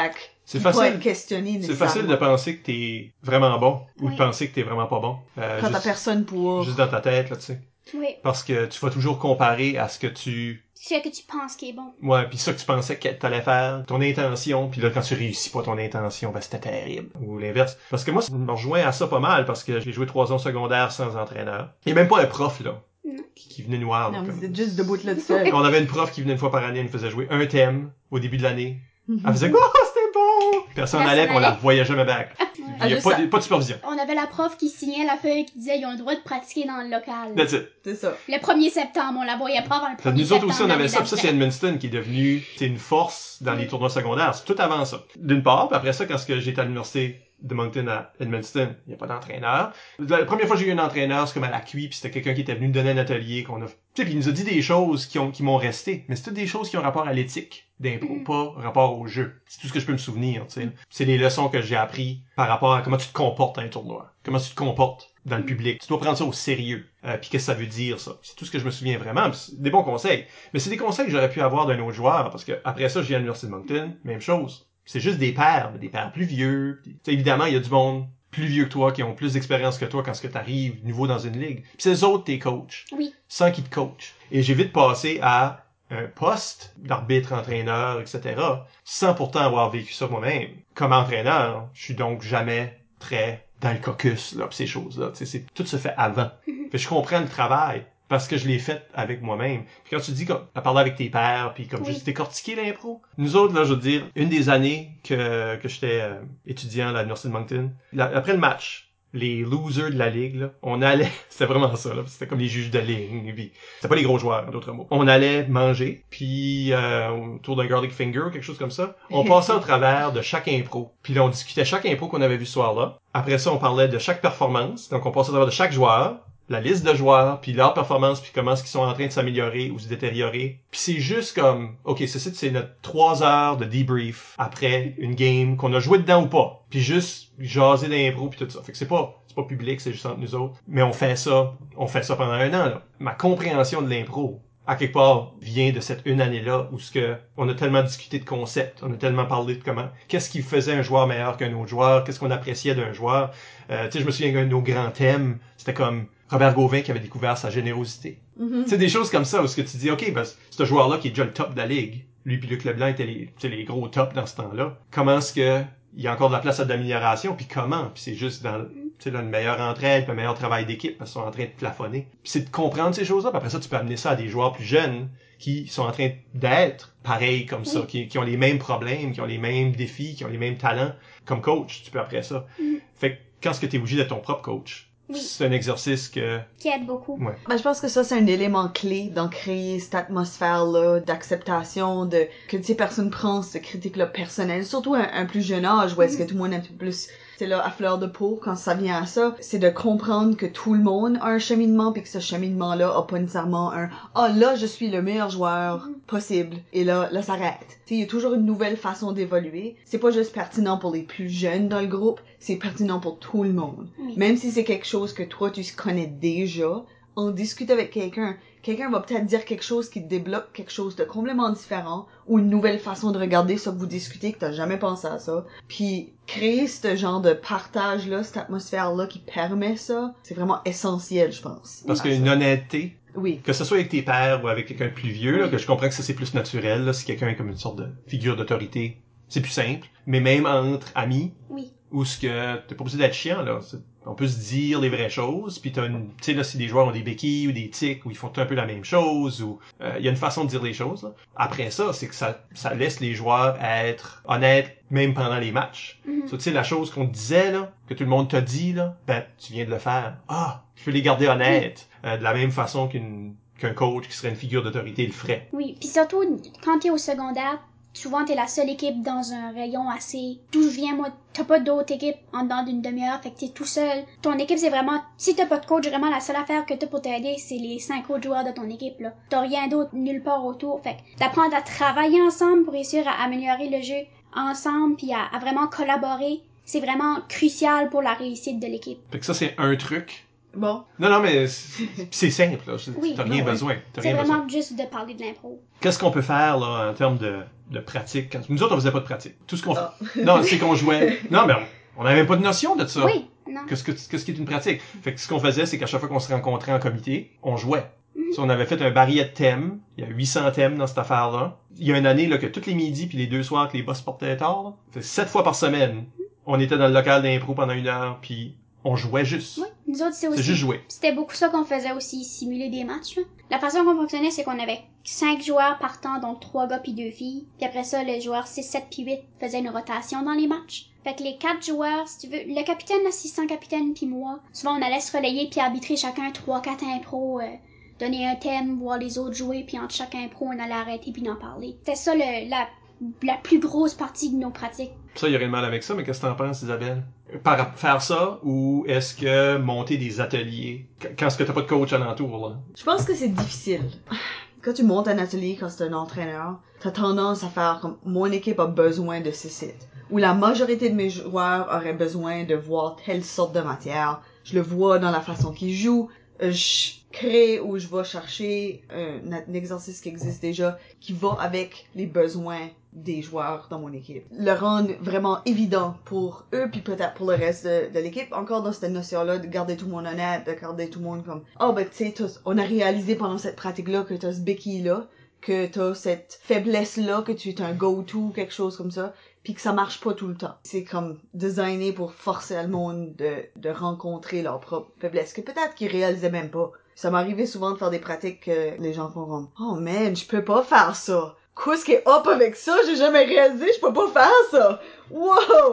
C'est Pas facile. être questionné C'est nécessairement. facile de penser que t'es vraiment bon ou Oui. de penser que t'es vraiment pas bon. Euh, Quand t'as juste, personne pour... juste dans ta tête, là, tu sais. Oui. Parce que tu vas toujours comparer à ce que tu... C'est ce que tu penses qui est bon. Ouais, puis ça que tu pensais que t'allais faire, ton intention, puis là, quand tu réussis pas ton intention, ben c'était terrible. Ou l'inverse. Parce que moi, ça me rejoint à ça pas mal, parce que j'ai joué trois ans secondaire sans entraîneur. Il y a même pas un prof, là, Non. qui, qui venait nous voir. Non, là, vous comme- êtes juste debout là tout seul. On avait une prof qui venait une fois par année, elle nous faisait jouer un thème au début de l'année. Elle faisait « Oh, c'était bon! » Personne Personne allait, puis on la allait. revoyait jamais back. Il Ah, y a juste pas, ça. de, pas de supervision. On avait la prof qui signait la feuille qui disait ils ont le droit de pratiquer dans le local. That's it. C'est ça. Le premier septembre, on la voyait pas avant le Fait que premier nous autres septembre. aussi, on avait l'année ça. Puis ça, c'est d'après. Edmundston qui est devenu c'est une force dans les tournois secondaires. C'est tout avant ça. D'une part, puis après ça, quand j'étais à l'université de Moncton à Edmundston, il n'y a pas d'entraîneur. La première fois que j'ai eu un entraîneur, c'est comme à la cuit, puis c'était quelqu'un qui était venu nous donner un atelier qu'on a... Tu sais, puis il nous a dit des choses qui ont qui m'ont resté. Mais c'est toutes des choses qui ont rapport à l'éthique d'impro, Mm. pas rapport au jeu. C'est tout ce que je peux me souvenir, tu sais. C'est les leçons que j'ai appris par rapport à comment tu te comportes dans un tournoi. Comment tu te comportes dans le public. Tu dois prendre ça au sérieux. Euh, puis qu'est-ce que ça veut dire, ça? C'est tout ce que je me souviens vraiment. Puis c'est des bons conseils. Mais c'est des conseils que j'aurais pu avoir d'un autre joueur, parce que après ça, je viens à l'Université de Moncton, même chose. C'est juste des pairs, mais des pairs plus vieux. Tu sais, évidemment, il y a du monde plus vieux que toi, qui ont plus d'expérience que toi quand tu arrives nouveau dans une ligue. Puis c'est eux autres, tes coachs. Oui. Sans qu'ils te coachent. Et j'ai vite passé à un poste d'arbitre, entraîneur, et cetera, sans pourtant avoir vécu ça moi-même. Comme entraîneur, je suis donc jamais très dans le caucus, là, pis ces choses-là. Tu sais, c'est, tout se fait avant. Fait que je comprends le travail. Parce que je l'ai fait avec moi-même. Puis quand tu dis comme, à parler avec tes pairs, puis comme Oui. juste décortiquer l'impro. Nous autres, là, je veux dire, une des années que, que j'étais euh, étudiant à l'Université de Moncton, la- après le match, les losers de la ligue, là, on allait, c'était vraiment ça, là, c'était comme les juges de ligne, puis c'était pas les gros joueurs, en d'autres mots. On allait manger, puis euh, autour d'un garlic finger ou quelque chose comme ça, on passait au travers de chaque impro. Puis là, on discutait chaque impro qu'on avait vu ce soir-là. Après ça, on parlait de chaque performance, donc on passait au travers de chaque joueur, la liste de joueurs, puis leur performance, puis comment est-ce qu'ils sont en train de s'améliorer ou se détériorer. Puis c'est juste comme, ok, ceci c'est notre trois heures de debrief après une game qu'on a joué dedans ou pas. Puis juste jaser d'impro puis tout ça. Fait que c'est pas, c'est pas public, c'est juste entre nous autres. Mais on fait ça, on fait ça pendant un an, là. Ma compréhension de l'impro, à quelque part, vient de cette une année-là où ce que on a tellement discuté de concepts, on a tellement parlé de comment, qu'est-ce qui faisait un joueur meilleur qu'un autre joueur, qu'est-ce qu'on appréciait d'un joueur. Euh, tu sais, je me souviens qu'un de nos grands thèmes, c'était comme Robert Gauvin qui avait découvert sa générosité. Mhm. Tu sais, des choses comme ça où ce que tu dis, ok, ben, ce joueur-là qui est déjà le top de la ligue, lui puis Luc Leblanc étaient les, tu sais, les gros tops dans ce temps-là. Comment est-ce que il y a encore de la place à de l'amélioration, puis comment? Puis c'est juste dans, tu sais, là, une meilleure entraide, puis un meilleur travail d'équipe, parce qu'ils sont en train de plafonner. Puis c'est de comprendre ces choses-là, puis après ça, tu peux amener ça à des joueurs plus jeunes qui sont en train d'être pareils comme ça, Oui. qui, qui ont les mêmes problèmes, qui ont les mêmes défis, qui ont les mêmes talents. Comme coach, tu peux après ça. Mm. Fait que quand ce que t'es obligé d'être ton propre coach, Oui. c'est un exercice que... Qui aide beaucoup. Ouais. Ben, je pense que ça, c'est un élément clé dans créer cette atmosphère-là d'acceptation, de que, tu sais, personne prend cette critique-là personnelle, surtout à un, un plus jeune âge où est-ce que tout le monde est un peu plus, c'est là, à fleur de peau quand ça vient à ça, c'est de comprendre que tout le monde a un cheminement puis que ce cheminement-là a pas nécessairement un « Ah, là, je suis le meilleur joueur possible. » Et là, là, ça arrête. Tu sais, il y a toujours une nouvelle façon d'évoluer. C'est pas juste pertinent pour les plus jeunes dans le groupe, c'est pertinent pour tout le monde. Oui. Même si c'est quelque chose que toi, tu connais déjà, on discute avec quelqu'un. Quelqu'un va peut-être dire quelque chose qui débloque quelque chose de complètement différent ou une nouvelle façon de regarder ça que vous discutez que t'as jamais pensé à ça. Puis créer ce genre de partage-là, cette atmosphère-là qui permet ça, c'est vraiment essentiel, je pense. Parce à qu'il y a ça. une honnêteté, Oui. que ce soit avec tes pairs ou avec quelqu'un de plus vieux, là, Oui. que je comprends que ça c'est plus naturel, là, si quelqu'un est comme une sorte de figure d'autorité, c'est plus simple. Mais même entre amis, Oui. où ce que t'es pas obligé d'être chiant, là. C'est- On peut se dire les vraies choses, puis t'as une, tu sais, là, si des joueurs ont des béquilles ou des tics, ou ils font tout un peu la même chose, ou, euh, il y a une façon de dire les choses, là. Après ça, c'est que ça, ça laisse les joueurs être honnêtes, même pendant les matchs. Mhm. So, tu sais, la chose qu'on te disait, là, que tout le monde t'a dit, là, ben, tu viens de le faire. Ah, je peux les garder honnêtes, euh, de la même façon qu'une, qu'un coach qui serait une figure d'autorité le ferait. Oui, puis surtout, quand t'es au secondaire, souvent t'es la seule équipe dans un rayon assez... D'où je viens, moi, t'as pas d'autres équipes en dedans d'une demi-heure, fait que t'es tout seul. Ton équipe, c'est vraiment... Si t'as pas de coach, vraiment, la seule affaire que t'as pour t'aider, c'est les cinq autres joueurs de ton équipe, là. T'as rien d'autre nulle part autour, fait que d'apprendre à travailler ensemble pour réussir à améliorer le jeu ensemble, puis à, à vraiment collaborer, c'est vraiment crucial pour la réussite de l'équipe. Fait que ça, c'est un truc Bon. Non, non, mais c'est, c'est simple, là. Oui. T'as rien Non, besoin. T'as C'est rien vraiment besoin. juste de parler de l'impro. Qu'est-ce qu'on peut faire, là, en termes de, de pratique? Quand... Nous autres, on faisait pas de pratique. Tout ce qu'on fait. Ah. Non, c'est qu'on jouait. Non, mais on, on avait même pas de notion de ça. Oui, non. Qu'est-ce que, qu'est-ce qui est une pratique? Fait que ce qu'on faisait, c'est qu'à chaque fois qu'on se rencontrait en comité, on jouait. Mm-hmm. Si on avait fait un barillet de thèmes, il y a huit cents thèmes dans cette affaire-là. Il y a une année, là, que tous les midis puis les deux soirs que les boss portaient tard, là, fait sept fois par semaine, on était dans le local d'impro pendant une heure puis on jouait juste. Oui, nous autres, c'est aussi. C'est juste jouer. C'était beaucoup ça qu'on faisait aussi, simuler des matchs. Là. La façon qu'on fonctionnait, c'est qu'on avait cinq joueurs partant, donc trois gars puis deux filles. Puis après ça, les joueurs six, sept puis huit faisaient une rotation dans les matchs. Fait que les quatre joueurs, si tu veux, le capitaine, l'assistant capitaine puis moi, souvent on allait se relayer puis arbitrer chacun trois, quatre impros, euh, donner un thème, voir les autres jouer, puis entre chaque impro, on allait arrêter puis en parler. C'était ça le, la, la plus grosse partie de nos pratiques. Ça, il y aurait de mal avec ça, mais qu'est-ce que t'en penses, Isabelle? Par faire ça, ou est-ce que monter des ateliers, quand est-ce que t'as pas de coach alentour, là? Je pense que c'est difficile. Quand tu montes un atelier, quand c'est un entraîneur, t'as tendance à faire comme, mon équipe a besoin de ce site. Ou la majorité de mes joueurs auraient besoin de voir telle sorte de matière. Je le vois dans la façon qu'ils jouent. Je crée ou je vais chercher un, un exercice qui existe déjà, qui va avec les besoins des joueurs dans mon équipe. Le rendre vraiment évident pour eux, puis peut-être pour le reste de, de l'équipe. Encore dans cette notion-là de garder tout le monde honnête, de garder tout le monde comme « Oh, ben tu sais, on a réalisé pendant cette pratique-là que t'as ce béquille-là, que t'as cette faiblesse-là, que tu es un go-to, quelque chose comme ça. » Puis que ça marche pas tout le temps. C'est comme designé pour forcer le monde de, de rencontrer leur propre faiblesse, que peut-être qu'ils réalisaient même pas. Ça m'arrivait souvent de faire des pratiques que les gens font comme « Oh man, je peux pas faire ça! Qu'est-ce qui est up avec ça? J'ai jamais réalisé, je peux pas faire ça! Wow! »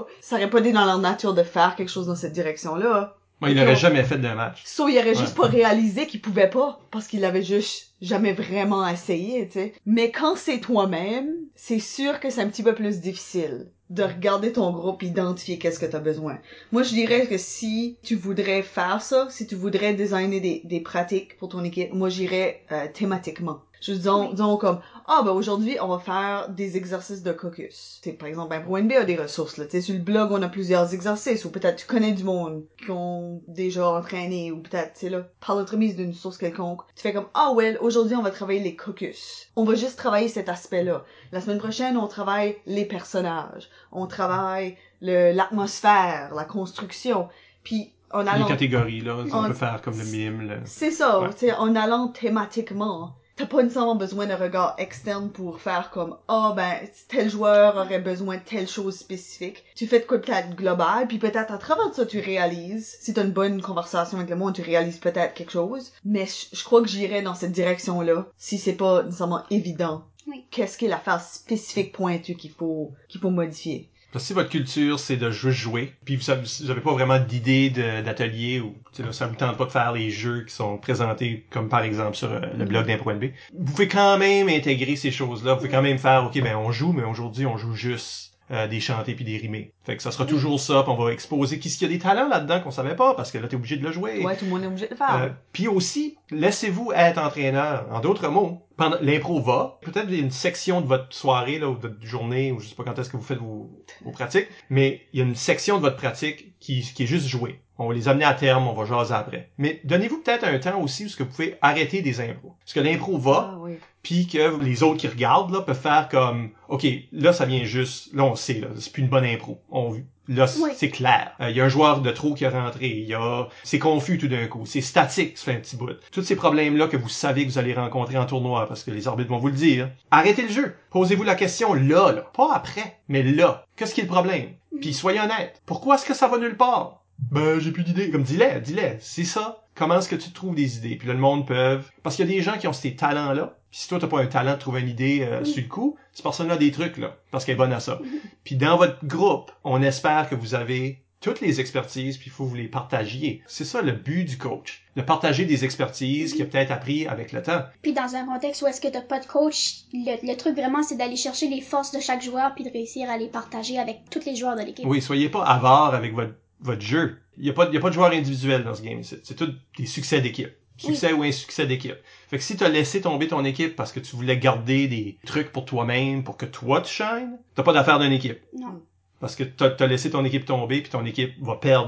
Ça aurait pas été dans leur nature de faire quelque chose dans cette direction-là. Moi, il n'aurait jamais fait d'un match. So, il aurait Ouais. juste pas réalisé qu'il pouvait pas, parce qu'il avait juste jamais vraiment essayé, tu sais. Mais quand c'est toi-même, c'est sûr que c'est un petit peu plus difficile de regarder ton groupe et identifier qu'est-ce que t'as besoin. Moi, je dirais que si tu voudrais faire ça, si tu voudrais designer des, des pratiques pour ton équipe, moi, j'irais euh, thématiquement. Je disons, Oui. disons comme, ah, ben aujourd'hui, on va faire des exercices de caucus. Tu sais, par exemple, ben, pour N B a des ressources, là. Tu sais, sur le blog, on a plusieurs exercices, ou peut-être tu connais du monde qui ont déjà entraîné, ou peut-être, tu sais, là, par l'entremise d'une source quelconque. Tu fais comme, ah, well, aujourd'hui, on va travailler les caucus. On va juste travailler cet aspect-là. La semaine prochaine, on travaille les personnages. On travaille le, l'atmosphère, la construction. Puis, en allant... Les catégories, là, on en- peut faire comme le mime, le... C'est ça, Ouais. tu sais, en allant thématiquement, t'as pas nécessairement besoin d'un regard externe pour faire comme « Ah, oh, ben, tel joueur aurait besoin de telle chose spécifique. » Tu fais de quoi peut-être global, puis peut-être à travers ça, tu réalises. Si t'as une bonne conversation avec le monde, tu réalises peut-être quelque chose. Mais je, je crois que j'irais dans cette direction-là, si c'est pas nécessairement évident. Oui. Qu'est-ce qui est l'affaire spécifique pointue qu'il faut, qu'il faut modifier? Parce que si votre culture, c'est de juste jouer, puis vous avez, vous avez pas vraiment d'idée de, d'atelier, ou tu sais, là, ça vous tente pas de faire les jeux qui sont présentés, comme par exemple sur euh, le blog d'Impro N B, vous pouvez quand même intégrer ces choses-là. Vous pouvez quand même faire, OK, ben on joue, mais aujourd'hui, on joue juste euh, des chantés puis des rimés. Fait que ça sera toujours ça, puis on va exposer qu'est-ce qu'il y a des talents là-dedans qu'on savait pas, parce que là, t'es obligé de le jouer. Ouais, tout le monde est obligé de le faire. Euh, puis aussi, laissez-vous être entraîneur. En d'autres mots, pendant l'impro va, peut-être une section de votre soirée là, ou de votre journée, ou je sais pas quand est-ce que vous faites vos, vos pratiques, mais il y a une section de votre pratique qui, qui est juste jouée. On va les amener à terme, on va jaser après. Mais donnez-vous peut-être un temps aussi où ce que vous pouvez arrêter des impros. Parce que l'impro va, Ah, oui. puis que les autres qui regardent là peuvent faire comme OK, là ça vient juste, là on sait là, c'est plus une bonne impro. On là c- Oui. c'est clair. Il euh, y a un joueur de trop qui est rentré, il y a c'est confus tout d'un coup, c'est statique, ça fait un petit bout. Tous ces problèmes là que vous savez que vous allez rencontrer en tournoi parce que les arbitres vont vous le dire. Arrêtez le jeu. Posez-vous la question là là, pas après, mais là. Qu'est-ce qui est le problème? Puis soyez honnête. Pourquoi est-ce que ça va nulle part? Ben, j'ai plus d'idées. Comme dis-le, dis-le. C'est ça. Comment est-ce que tu trouves des idées? Puis là, le monde peut... Parce qu'il y a des gens qui ont ces talents-là. Puis si toi, t'as pas un talent de trouver une idée euh, Oui. sur le coup, cette personne-là a des trucs, là. Parce qu'elle est bonne à ça. Puis dans votre groupe, on espère que vous avez toutes les expertises, puis il faut que vous les partagiez. C'est ça le but du coach. De partager des expertises qu'il a peut-être appris avec le temps. Puis dans un contexte où est-ce que t'as pas de coach, le, le truc vraiment c'est d'aller chercher les forces de chaque joueur puis de réussir à les partager avec tous les joueurs de l'équipe. Oui, soyez pas avare avec votre, votre jeu. Il y a pas, il y a pas de joueurs individuels dans ce game ici. C'est tout des succès d'équipe. Succès ou insuccès d'équipe. Fait que si t'as laissé tomber ton équipe parce que tu voulais garder des trucs pour toi-même, pour que toi tu shines, t'as pas d'affaire d'une équipe. Non. Parce que t'as, t'as laissé ton équipe tomber puis ton équipe va perdre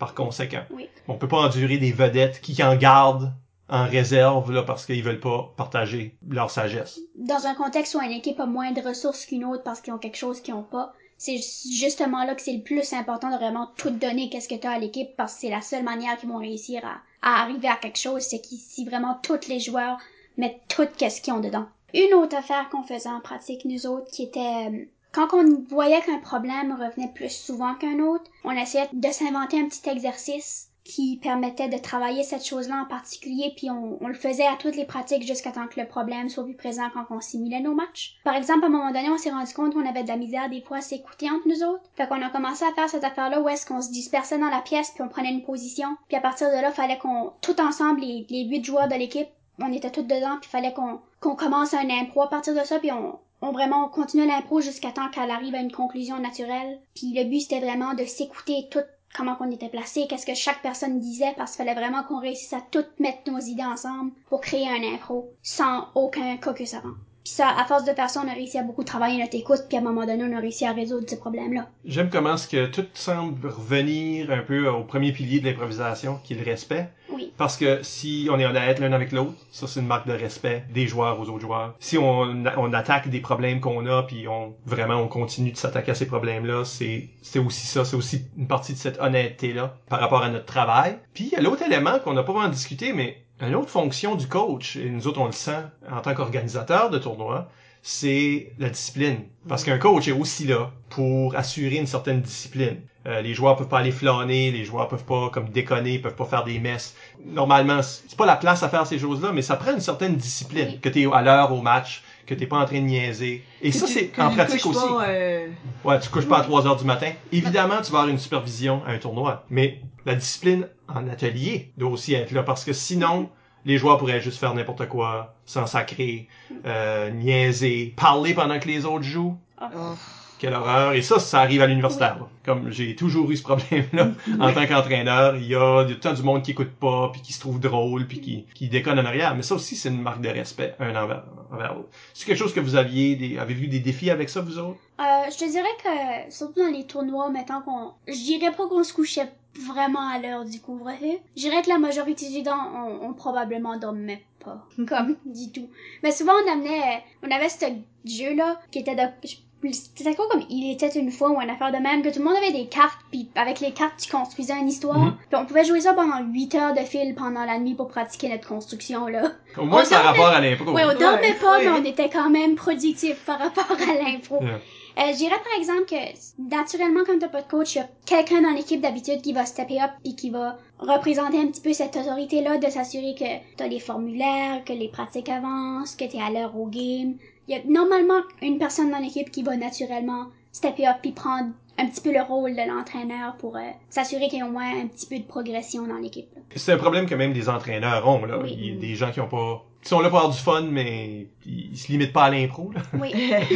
par conséquent. Oui. On peut pas endurer des vedettes qui en gardent en réserve là parce qu'ils veulent pas partager leur sagesse. Dans un contexte où une équipe a moins de ressources qu'une autre parce qu'ils ont quelque chose qu'ils ont pas, c'est justement là que c'est le plus important de vraiment tout donner qu'est-ce que tu as à l'équipe parce que c'est la seule manière qu'ils vont réussir à, à arriver à quelque chose, c'est que si vraiment tous les joueurs mettent tout qu'est-ce qu'ils ont dedans. Une autre affaire qu'on faisait en pratique nous autres qui était euh, quand on voyait qu'un problème revenait plus souvent qu'un autre, on essayait de s'inventer un petit exercice qui permettait de travailler cette chose-là en particulier, puis on, on le faisait à toutes les pratiques jusqu'à temps que le problème soit plus présent quand on simulait nos matchs. Par exemple, à un moment donné, on s'est rendu compte qu'on avait de la misère des fois à s'écouter entre nous autres. Fait qu'on a commencé à faire cette affaire-là où est-ce qu'on se dispersait dans la pièce puis on prenait une position. Puis à partir de là, fallait qu'on, tout ensemble, les, les huit joueurs de l'équipe, on était tous dedans, puis fallait qu'on, qu'on commence un impro à partir de ça, puis on, on vraiment continuait l'impro jusqu'à temps qu'elle arrive à une conclusion naturelle. Puis le but, c'était vraiment de s'écouter tout comment qu'on était placé, qu'est-ce que chaque personne disait, parce qu'il fallait vraiment qu'on réussisse à toutes mettre nos idées ensemble pour créer un impro sans aucun caucus avant. Puis ça, à force de faire ça, on a réussi à beaucoup travailler notre écoute, puis à un moment donné, on a réussi à résoudre ce problème-là. J'aime comment ce que tout semble revenir un peu au premier pilier de l'improvisation, qui est le respect. Oui. Parce que si on est honnête l'un avec l'autre, ça c'est une marque de respect des joueurs aux autres joueurs. Si on, on attaque des problèmes qu'on a, puis on vraiment on continue de s'attaquer à ces problèmes-là, c'est c'est aussi ça, c'est aussi une partie de cette honnêteté-là par rapport à notre travail. Puis il y a l'autre élément qu'on n'a pas vraiment discuté, mais une autre fonction du coach, et nous autres on le sent en tant qu'organisateur de tournois, c'est la discipline. Parce qu'un coach est aussi là pour assurer une certaine discipline. Euh, les joueurs peuvent pas aller flâner, les joueurs peuvent pas comme déconner, peuvent pas faire des messes. Normalement, c'est pas la place à faire ces choses-là, mais ça prend une certaine discipline. Oui. Que t'es à l'heure au match, que t'es pas en train de niaiser. Et Que ça, tu- c'est que en tu pratique couches aussi. pas, euh, Ouais, tu couches pas à trois heures du matin. Évidemment, tu vas avoir une supervision à un tournoi. Mais la discipline en atelier doit aussi être là. Parce que sinon, les joueurs pourraient juste faire n'importe quoi, s'en sacrer, euh, niaiser, parler pendant que les autres jouent. oh. Quelle horreur. Et ça, ça arrive à l'universitaire. là. Comme j'ai toujours eu ce problème-là en tant qu'entraîneur, il y a tout le temps du monde qui écoute pas, puis qui se trouve drôle, puis qui, qui déconne en arrière. Mais ça aussi, c'est une marque de respect un envers, envers l'autre. C'est quelque chose que vous aviez, des, avez-vous des défis avec ça, vous autres? Euh, je te dirais que, surtout dans les tournois, mettons qu'on, je dirais pas qu'on se couchait vraiment à l'heure du couvre-feu. Je dirais que la majorité du temps, on, on probablement dormait pas. Comme, du tout. Mais souvent, on amenait, on avait ce jeu-là, qui était de, c'était quoi comme il était une fois ou une affaire de même, que tout le monde avait des cartes, puis avec les cartes, tu construisais une histoire. Mm-hmm. Puis on pouvait jouer ça pendant huit heures de fil pendant la nuit pour pratiquer notre construction, là. Au moins, On ça a dormait- rapport à l'impro. Ouais, on dormait Ouais, pas, ouais. mais on était quand même productif par rapport à l'impro. Yeah. Euh, je dirais par exemple que naturellement quand t'as pas de coach, il y a quelqu'un dans l'équipe d'habitude qui va stepper up puis qui va représenter un petit peu cette autorité-là de s'assurer que t'as les formulaires, que les pratiques avancent, que t'es à l'heure au game. Il y a normalement une personne dans l'équipe qui va naturellement stepper up puis prendre un petit peu le rôle de l'entraîneur pour euh, s'assurer qu'il y a au moins un petit peu de progression dans l'équipe. là. C'est un problème que même des entraîneurs ont, là. Oui. Il y a des gens qui ont pas, qui sont là pour avoir du fun, mais ils se limitent pas à l'impro, là. Oui,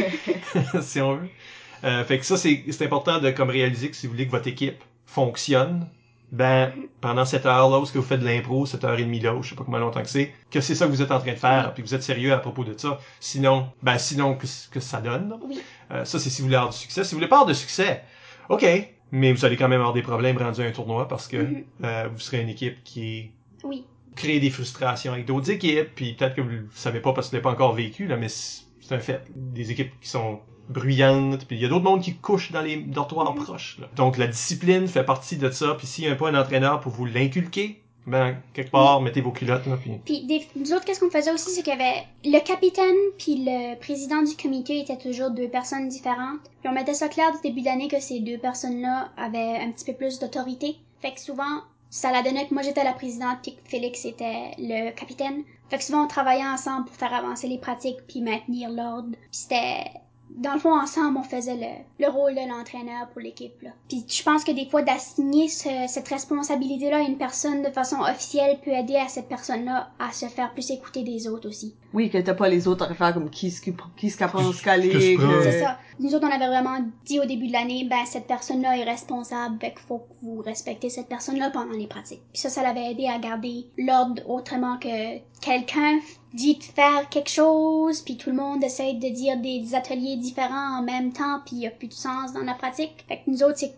si on veut. Euh, fait que ça, c'est, c'est important de comme réaliser que si vous voulez que votre équipe fonctionne, ben, pendant cette heure-là, où est-ce que vous faites de l'impro, cette heure et demie là, ou je sais pas combien longtemps que c'est, que c'est ça que vous êtes en train de faire, puis que vous êtes sérieux à propos de ça. Sinon, ben, sinon, que, que ça donne, là. oui, Euh, ça, c'est si vous voulez avoir du succès. Si vous voulez pas avoir de succès, OK, mais vous allez quand même avoir des problèmes rendus à un tournoi parce que Mhm. euh, vous serez une équipe qui oui. crée des frustrations avec d'autres équipes, puis peut-être que vous le savez pas parce que vous l'avez pas encore vécu, là, mais c'est c'est un fait. Des équipes qui sont bruyantes, puis il y a d'autres mondes qui couchent dans les dortoirs Mhm. proches. Là. Donc la discipline fait partie de ça, puis s'il n'y a pas un entraîneur pour vous l'inculquer, ben, quelque part, mettez vos culottes, là, puis... Puis des, nous autres, qu'est-ce qu'on faisait aussi, c'est qu'il y avait le capitaine puis le président du comité étaient toujours deux personnes différentes. Puis on mettait ça clair du début d'année que ces deux personnes-là avaient un petit peu plus d'autorité. Fait que souvent, ça la donnait que moi j'étais la présidente puis que Félix était le capitaine. Fait que souvent on travaillait ensemble pour faire avancer les pratiques puis maintenir l'ordre. Puis c'était... Dans le fond, ensemble, on faisait le, le rôle de l'entraîneur pour l'équipe, là. Puis je pense que des fois, d'assigner ce, cette responsabilité-là à une personne de façon officielle peut aider à cette personne-là à se faire plus écouter des autres aussi. Oui, que t'as pas les autres à faire comme qui ce qui, qui ce qu'apprend ce caler. Que je prends. que- C'est ça. Nous autres, on avait vraiment dit au début de l'année, ben, cette personne-là est responsable, fait qu'il faut que vous respectez cette personne-là pendant les pratiques. Puis ça, ça l'avait aidé à garder l'ordre autrement que quelqu'un dit de faire quelque chose, puis tout le monde essaie de dire des ateliers différents en même temps, puis il y a plus de sens dans la pratique. Fait que nous autres, c'est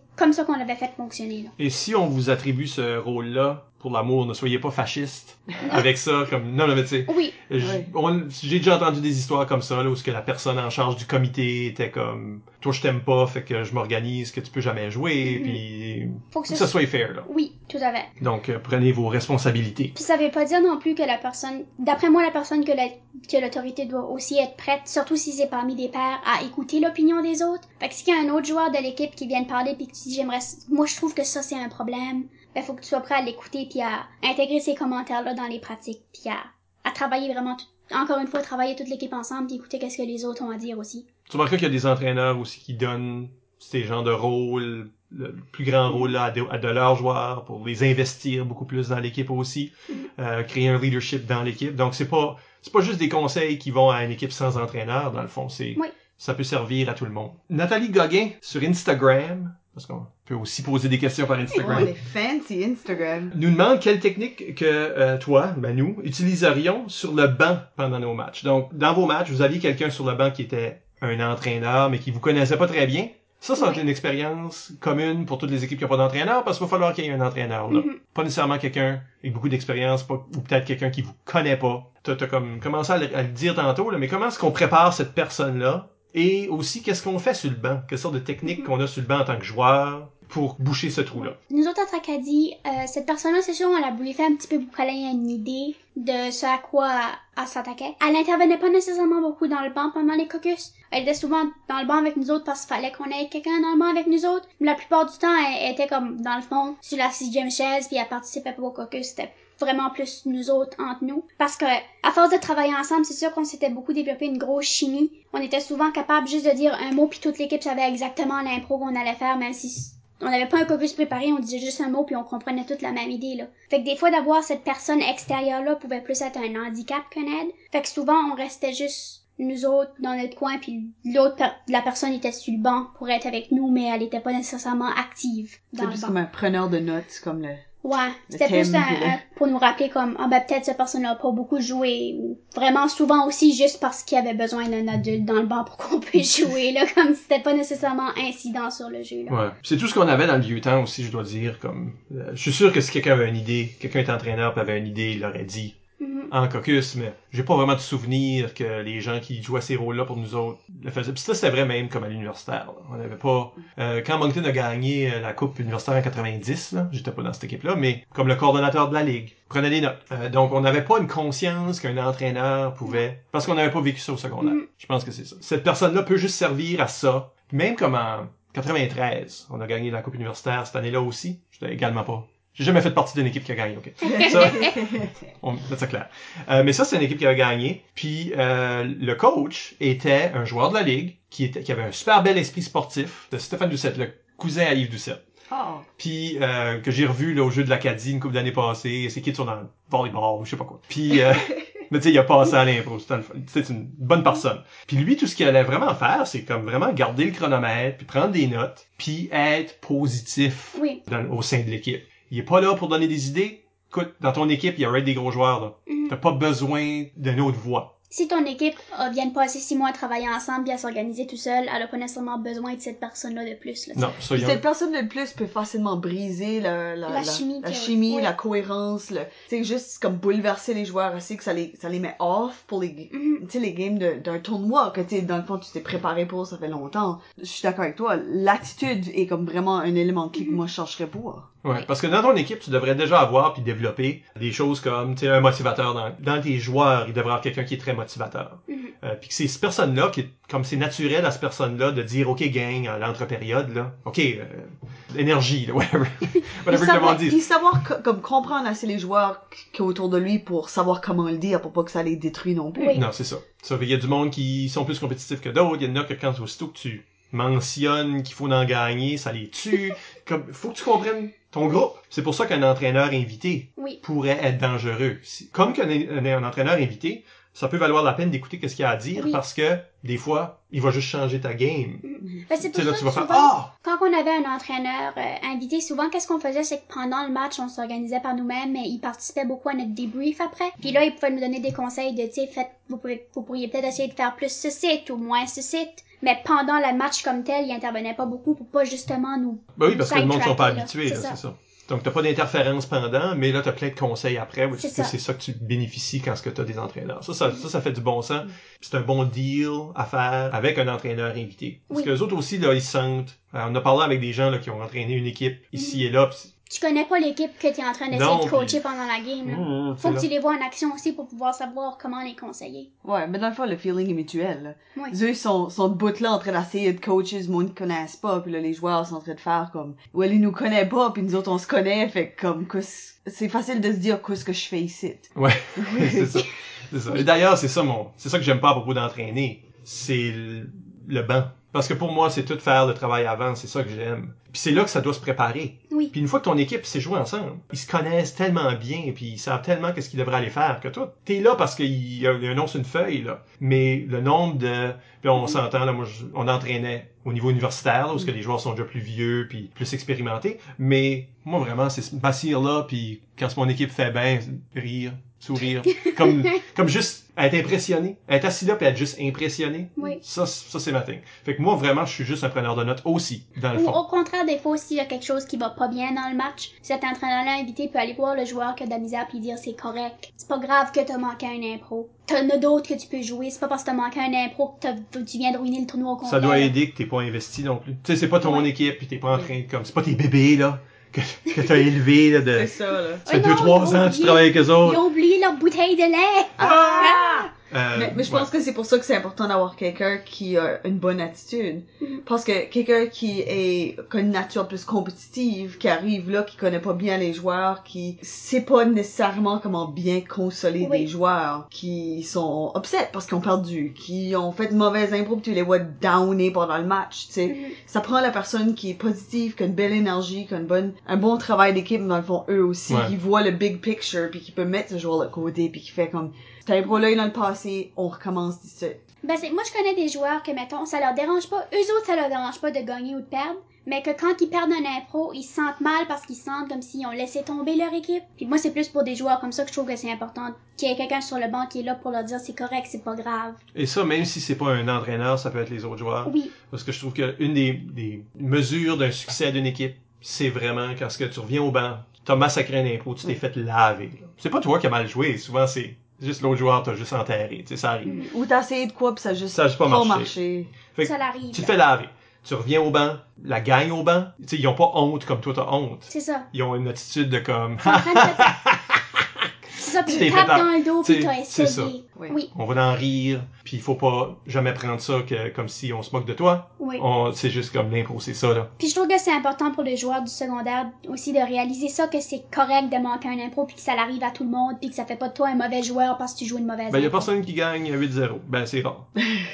comme ça qu'on l'avait fait fonctionner, là. Et si on vous attribue ce rôle-là, pour l'amour, ne soyez pas fasciste avec ça, comme, non, non, mais tu sais. Oui. j- Oui. on- J'ai déjà entendu des histoires comme ça, là, où ce que la personne en charge du comité était comme, toi, je t'aime pas, fait que je m'organise, que tu peux jamais jouer, Mhm. puis Faut que que ça, ça soit fair, là. Oui, tout à fait. Donc, euh, prenez vos responsabilités. Puis ça veut pas dire non plus que la personne, d'après moi, la personne que la, que l'autorité doit aussi être prête, surtout si c'est parmi des pairs, à écouter l'opinion des autres. Fait que s'il y a un autre joueur de l'équipe qui vient de parler pis que tu dis j'aimerais, moi je trouve que ça c'est un problème, ben faut que tu sois prêt à l'écouter puis à intégrer ces commentaires-là dans les pratiques puis à, à travailler vraiment, tout, encore une fois, travailler toute l'équipe ensemble puis écouter qu'est-ce que les autres ont à dire aussi. Tu remarques qu'il y a des entraîneurs aussi qui donnent ces genres de rôles, le plus grand rôle là, à, de, à de leurs joueurs pour les investir beaucoup plus dans l'équipe aussi, euh, créer un leadership dans l'équipe. Donc c'est pas c'est pas juste des conseils qui vont à une équipe sans entraîneur dans le fond, c'est Oui. ça peut servir à tout le monde. Nathalie Gauguin sur Instagram, parce qu'on peut aussi poser des questions par Instagram. Oh, les fancy Instagram. Nous demande quelle technique que euh, toi, ben nous, utiliserions sur le banc pendant nos matchs. Donc, dans vos matchs, vous aviez quelqu'un sur le banc qui était un entraîneur, mais qui vous connaissait pas très bien. Ça, ça va être une expérience commune pour toutes les équipes qui n'ont pas d'entraîneur, parce qu'il va falloir qu'il y ait un entraîneur là. Mhm. Pas nécessairement quelqu'un avec beaucoup d'expérience, pas- ou peut-être quelqu'un qui vous connaît pas. T'as, t'as comme commencé à le, à le dire tantôt, là, mais comment est-ce qu'on prépare cette personne-là? Et aussi, qu'est-ce qu'on fait sur le banc? Quelle sorte de technique qu'on a sur le banc en tant que joueur pour boucher ce trou-là? Nous autres, à Tracadie, euh, cette personne-là, c'est sûr, on l'a voulu faire un petit peu pour qu'elle ait une idée de ce à quoi elle s'attaquait. Elle n'intervenait pas nécessairement beaucoup dans le banc pendant les caucus. Elle était souvent dans le banc avec nous autres parce qu'il fallait qu'on ait quelqu'un dans le banc avec nous autres. Mais la plupart du temps, elle était comme dans le fond, sur la sixième chaise, puis elle participait pas au caucus. C'était vraiment plus nous autres entre nous. Parce que, à force de travailler ensemble, c'est sûr qu'on s'était beaucoup développé une grosse chimie. On était souvent capable juste de dire un mot, puis toute l'équipe savait exactement l'impro qu'on allait faire, même si on n'avait pas un caucus préparé, on disait juste un mot puis on comprenait toute la même idée, là. Fait que des fois, d'avoir cette personne extérieure-là pouvait plus être un handicap qu'une aide. Fait que souvent, on restait juste nous autres dans notre coin puis l'autre, per- la personne était sur le banc pour être avec nous, mais elle était pas nécessairement active dans C'est le plus banc. comme un preneur de notes, comme le... Ouais, le c'était plus thème, un, puis le- un- pour nous rappeler comme, ah ben peut-être cette personne-là a pas beaucoup joué, ou vraiment souvent aussi juste parce qu'il y avait besoin d'un adulte dans le banc pour qu'on puisse jouer, là, comme si c'était pas nécessairement incident sur le jeu, là. Ouais. C'est tout ce qu'on avait dans le vieux temps aussi, je dois dire. Comme, euh, je suis sûr que si quelqu'un avait une idée, quelqu'un est entraîneur et avait une idée, il l'aurait dit Mhm. en caucus, mais j'ai pas vraiment de souvenir que les gens qui jouaient ces rôles-là pour nous autres le faisaient. Puis ça, c'était vrai même comme à l'universitaire. Là. On n'avait pas... Euh, quand Moncton a gagné euh, la Coupe universitaire en quatre-vingt-dix, là, j'étais pas dans cette équipe-là, mais comme le coordonnateur de la Ligue, prenait des notes. Euh, donc, on n'avait pas une conscience qu'un entraîneur pouvait... Parce qu'on n'avait pas vécu ça au secondaire. Mhm. Je pense que c'est ça. Cette personne-là peut juste servir à ça. Même comme en quatre-vingt-treize, on a gagné la Coupe universitaire cette année-là aussi. J'étais également pas... J'ai jamais fait partie d'une équipe qui a gagné, ok. Ça, on met ça clair. Euh, mais ça, c'est une équipe qui a gagné. Puis euh, le coach était un joueur de la Ligue qui était qui avait un super bel esprit sportif, de Stéphane Doucette, le cousin à Yves Doucette. Oh. Puis euh, que j'ai revu là, au jeu de l'Acadie une couple d'années passées. Ses kids sont dans le volleyball ou je sais pas quoi. Puis euh, mais tu sais, il a passé à l'impro. C'est une bonne personne. Puis lui, tout ce qu'il allait vraiment faire, c'est comme vraiment garder le chronomètre, puis prendre des notes, puis être positif Oui. dans- au sein de l'équipe. Il est pas là pour donner des idées. Écoute, dans ton équipe, il y aurait des gros joueurs, là. Mhm. T'as pas besoin d'une autre voix. Si ton équipe euh, vient de passer six mois à travailler ensemble et à s'organiser tout seul, elle a pas nécessairement besoin de cette personne-là de plus, là. Non, ça, il Puis y a... cette personne de plus peut facilement briser la, la, La chimie la, que- chimie, oui. la cohérence, le, tu sais, juste comme bouleverser les joueurs aussi, que ça les, ça les met off pour les, Mhm. tu sais, les games de- d'un tournoi, que tu sais, dans le fond, tu t'es préparé pour, ça fait longtemps. Je suis d'accord avec toi, l'attitude est comme vraiment un élément clé que moi je chercherais pour. Ouais, parce que dans ton équipe, tu devrais déjà avoir puis développer des choses comme, tu sais, un motivateur dans, dans tes joueurs, il devrait avoir quelqu'un qui est très motivateur. Mhm. Euh, puis que c'est cette personne-là, qui est, comme c'est naturel à cette personne-là de dire, OK, gang, à l'entre-période, là, OK, euh, énergie, là, whatever, Puis whatever que le savoir, monde puis dise. savoir co- comme comprendre assez les joueurs qui autour de lui pour savoir comment le dire, pour pas que ça les détruise non plus. Oui. Non, c'est ça. Ça, il y a du monde qui sont plus compétitifs que d'autres, il y en a que quand aussitôt que tu mentionnes qu'il faut en gagner, ça les tue. Comme, faut que tu comprennes ton groupe. C'est pour ça qu'un entraîneur invité Oui. pourrait être dangereux. Si- Comme qu'un un, un entraîneur invité, ça peut valoir la peine d'écouter ce qu'il a à dire Oui. parce que, des fois, il va juste changer ta game. Ben, c'est Tu sais, pour là, ça tu vas que faire, souvent, ah! quand on avait un entraîneur euh, invité, souvent, qu'est-ce qu'on faisait, c'est que pendant le match, on s'organisait par nous-mêmes, mais il participait beaucoup à notre débrief après. Puis là, il pouvait nous donner des conseils de, tu sais, faites, vous, pouvez, vous pourriez peut-être essayer de faire plus ce site ou moins ce site. Mais pendant le match comme tel, il intervenait pas beaucoup pour pas justement nous. Ben oui, parce que le monde ne sont pas sidetracker, là. habitués, C'est là, ça. c'est ça. Donc, t'as pas d'interférence pendant, mais là, t'as plein de conseils après, parce C'est que ça. c'est ça que tu bénéficies quand tu as des entraîneurs. Ça, ça, ça, ça fait du bon sens. C'est un bon deal à faire avec un entraîneur invité. Parce Oui. que les autres aussi, là, ils se sentent... euh, on a parlé avec des gens là, qui ont entraîné une équipe ici et là. Pis... Tu connais pas l'équipe que tu es en train d'essayer Non, de coacher puis- pendant la game. Là. Mmh, Faut c'est que tu là. les vois en action aussi pour pouvoir savoir comment les conseiller. Ouais, mais dans le fond, le feeling est mutuel, là. Oui. Eux, ils sont, sont debout là en train d'essayer de coacher le monde qu'ils connaissent pas, puis là, les joueurs sont en train de faire comme, ouais, ils nous connaissent pas, puis nous autres, on se connaît, fait que comme, qu'est-ce- c'est facile de se dire qu'est-ce que je fais ici. Ouais, c'est ça. C'est ça. Et d'ailleurs, c'est ça mon, c'est ça que j'aime pas à propos d'entraîner. C'est le, le banc. Parce que pour moi, c'est tout faire le travail avant, c'est ça que j'aime. Puis c'est là que ça doit se préparer. Oui. Puis une fois que ton équipe s'est jouée ensemble, ils se connaissent tellement bien, puis ils savent tellement qu'est-ce qu'ils devraient aller faire, que toi, t'es là parce qu'il y a un nom sur une feuille, là. Mais le nombre de... Puis on s'entend, là, moi, je- on entraînait au niveau universitaire, là, où que les joueurs sont déjà plus vieux, puis plus expérimentés. Mais moi, vraiment, c'est m'asseoir là, puis quand mon équipe fait bien, rire, sourire, comme comme juste être impressionné, être assis là puis être juste impressionné. Oui. Ça, ça c'est ma thing. Fait que moi vraiment, je suis juste un preneur de notes aussi dans le Ou fond. au contraire, des fois, s'il y a quelque chose qui va pas bien dans le match, cet entraîneur-là invité peut aller voir le joueur qui a de la misère puis dire c'est correct. C'est pas grave que t'as manqué un impro. T'en as d'autres que tu peux jouer. C'est pas parce que t'as manqué un impro que t'as- tu viens de ruiner le tournoi au complet. Ça doit là. aider que t'es pas investi non plus. Tu sais, c'est pas ton Ouais. équipe puis t'es pas en train de comme, c'est pas tes bébés là que que t'as élevé là de. C'est ça, là. Ça fait Oh deux non, trois ils ont ans que tu oublié. travailles avec eux Ils autres. ont oublié leur bouteille de lait. Ah! Euh, Mais, mais je ouais. pense que c'est pour ça que c'est important d'avoir quelqu'un qui a une bonne attitude. Mhm. Parce que quelqu'un qui est, qui a une nature plus compétitive, qui arrive là, qui connaît pas bien les joueurs, qui sait pas nécessairement comment bien consoler Oui. des joueurs, qui sont upset parce qu'ils ont perdu, qui ont fait de mauvaises impro pis tu les vois downer pendant le match, tu sais. Mhm. Ça prend la personne qui est positive, qui a une belle énergie, qui a une bonne, un bon travail d'équipe, dans le fond, eux aussi, Ouais. qui voit le big picture puis qui peut mettre ce joueur de côté puis qui fait comme, cet impro-là est dans le passé, on recommence d'ici. Ben, c'est, moi, je connais des joueurs que, mettons, ça leur dérange pas, eux autres, ça leur dérange pas de gagner ou de perdre, mais que quand ils perdent un impro, ils se sentent mal parce qu'ils se sentent comme s'ils ont laissé tomber leur équipe. Puis moi, c'est plus pour des joueurs comme ça que je trouve que c'est important qu'il y ait quelqu'un sur le banc qui est là pour leur dire c'est correct, c'est pas grave. Et ça, même si c'est pas un entraîneur, ça peut être les autres joueurs. Oui, Parce que je trouve qu'une des, des mesures d'un succès d'une équipe, c'est vraiment quand ce que tu reviens au banc, t'as massacré un impro, tu t'es fait laver. Là. C'est pas toi qui as mal joué, souvent c'est juste l'autre joueur t'a juste enterré, tu sais, ça arrive. Ou t'as essayé de quoi pis ça a juste Ça a juste pas marché. marché. Fait que ça l'arrive. tu te là. fais laver. Tu reviens au banc, la gagne au banc, tu sais, ils ont pas honte comme toi t'as honte. C'est ça. Ils ont une attitude de comme, T'es en train de te- C'est ça, puis Tu t'es tu tapes fait dans le dos, t'sais, puis t'as c'est ça. essayé. Oui. Oui, on va en rire, puis il faut pas jamais prendre ça que, comme si on se moque de toi. oui. On, c'est juste comme l'impro, c'est ça, là. Puis je trouve que c'est important pour les joueurs du secondaire aussi de réaliser ça, que c'est correct de manquer un impro, puis que ça l'arrive à tout le monde, puis que ça fait pas de toi un mauvais joueur parce que tu joues une mauvaise Ben, y a impro. personne qui gagne huit zéro. Ben, c'est rare.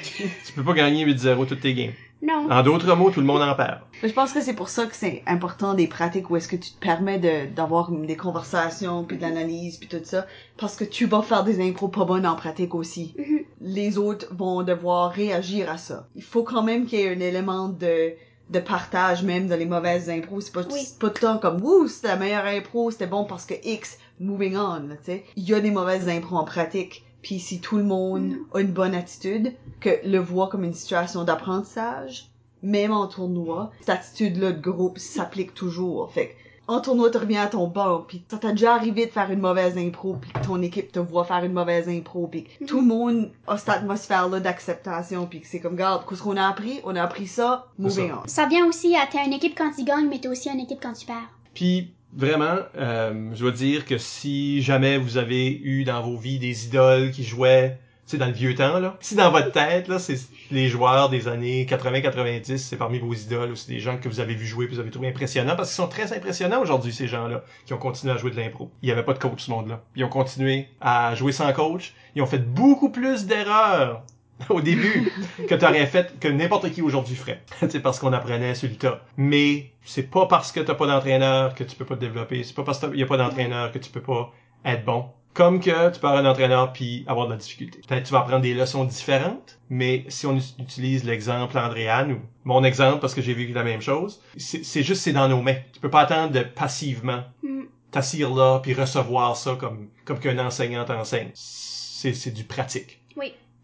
Tu peux pas gagner huit zéro toutes tes games. Non. En d'autres mots, tout le monde en perd. Mais je pense que c'est pour ça que c'est important des pratiques où est-ce que tu te permets de d'avoir des conversations puis de l'analyse puis tout ça parce que tu vas faire des impros pas bonnes en pratique aussi. Mhm. Les autres vont devoir réagir à ça. Il faut quand même qu'il y ait un élément de de partage même dans les mauvaises impros. C'est pas Oui. c'est pas tout le temps comme ouh, c'était la meilleure impro, c'était bon parce que X, moving on, là, tu sais. Il y a des mauvaises impros en pratique. Puis si tout le monde Mm. a une bonne attitude, que le voit comme une situation d'apprentissage, même en tournoi, cette attitude-là de groupe s'applique toujours. Fait que, en tournoi, tu reviens à ton banc, puis ça t'a déjà arrivé de faire une mauvaise impro, puis que ton équipe te voit faire une mauvaise impro, puis que tout le monde a cette atmosphère-là d'acceptation, puis que c'est comme, regarde, qu'est-ce qu'on a appris? On a appris ça, moving on. Ça vient aussi à t'es une équipe quand tu gagnes, mais t'es aussi une équipe quand tu perds. Puis, vraiment, euh, je dois dire que si jamais vous avez eu dans vos vies des idoles qui jouaient, tu sais, dans le vieux temps, là, si dans votre tête, là, c'est les joueurs des années quatre-vingts quatre-vingt-dix, c'est parmi vos idoles, ou c'est des gens que vous avez vu jouer, puis vous avez trouvé impressionnants, parce qu'ils sont très impressionnants aujourd'hui, ces gens-là, qui ont continué à jouer de l'impro. Il y avait pas de coach, ce monde-là. Ils ont continué à jouer sans coach. Ils ont fait beaucoup plus d'erreurs au début que t'aurais fait, que n'importe qui aujourd'hui ferait. C'est parce qu'on apprenait sur le tas. Mais c'est pas parce que t'as pas d'entraîneur que tu peux pas te développer. C'est pas parce qu'il y a pas d'entraîneur que tu peux pas être bon. Comme que tu peux avoir un entraîneur puis avoir de la difficulté. Peut-être que tu vas apprendre des leçons différentes, mais si on utilise l'exemple Andréane ou mon exemple parce que j'ai vécu la même chose, c'est, c'est juste c'est dans nos mains. Tu peux pas attendre de passivement Mm. t'assire là puis recevoir ça comme comme qu'un enseignant t'enseigne. C'est c'est du pratique. Oui.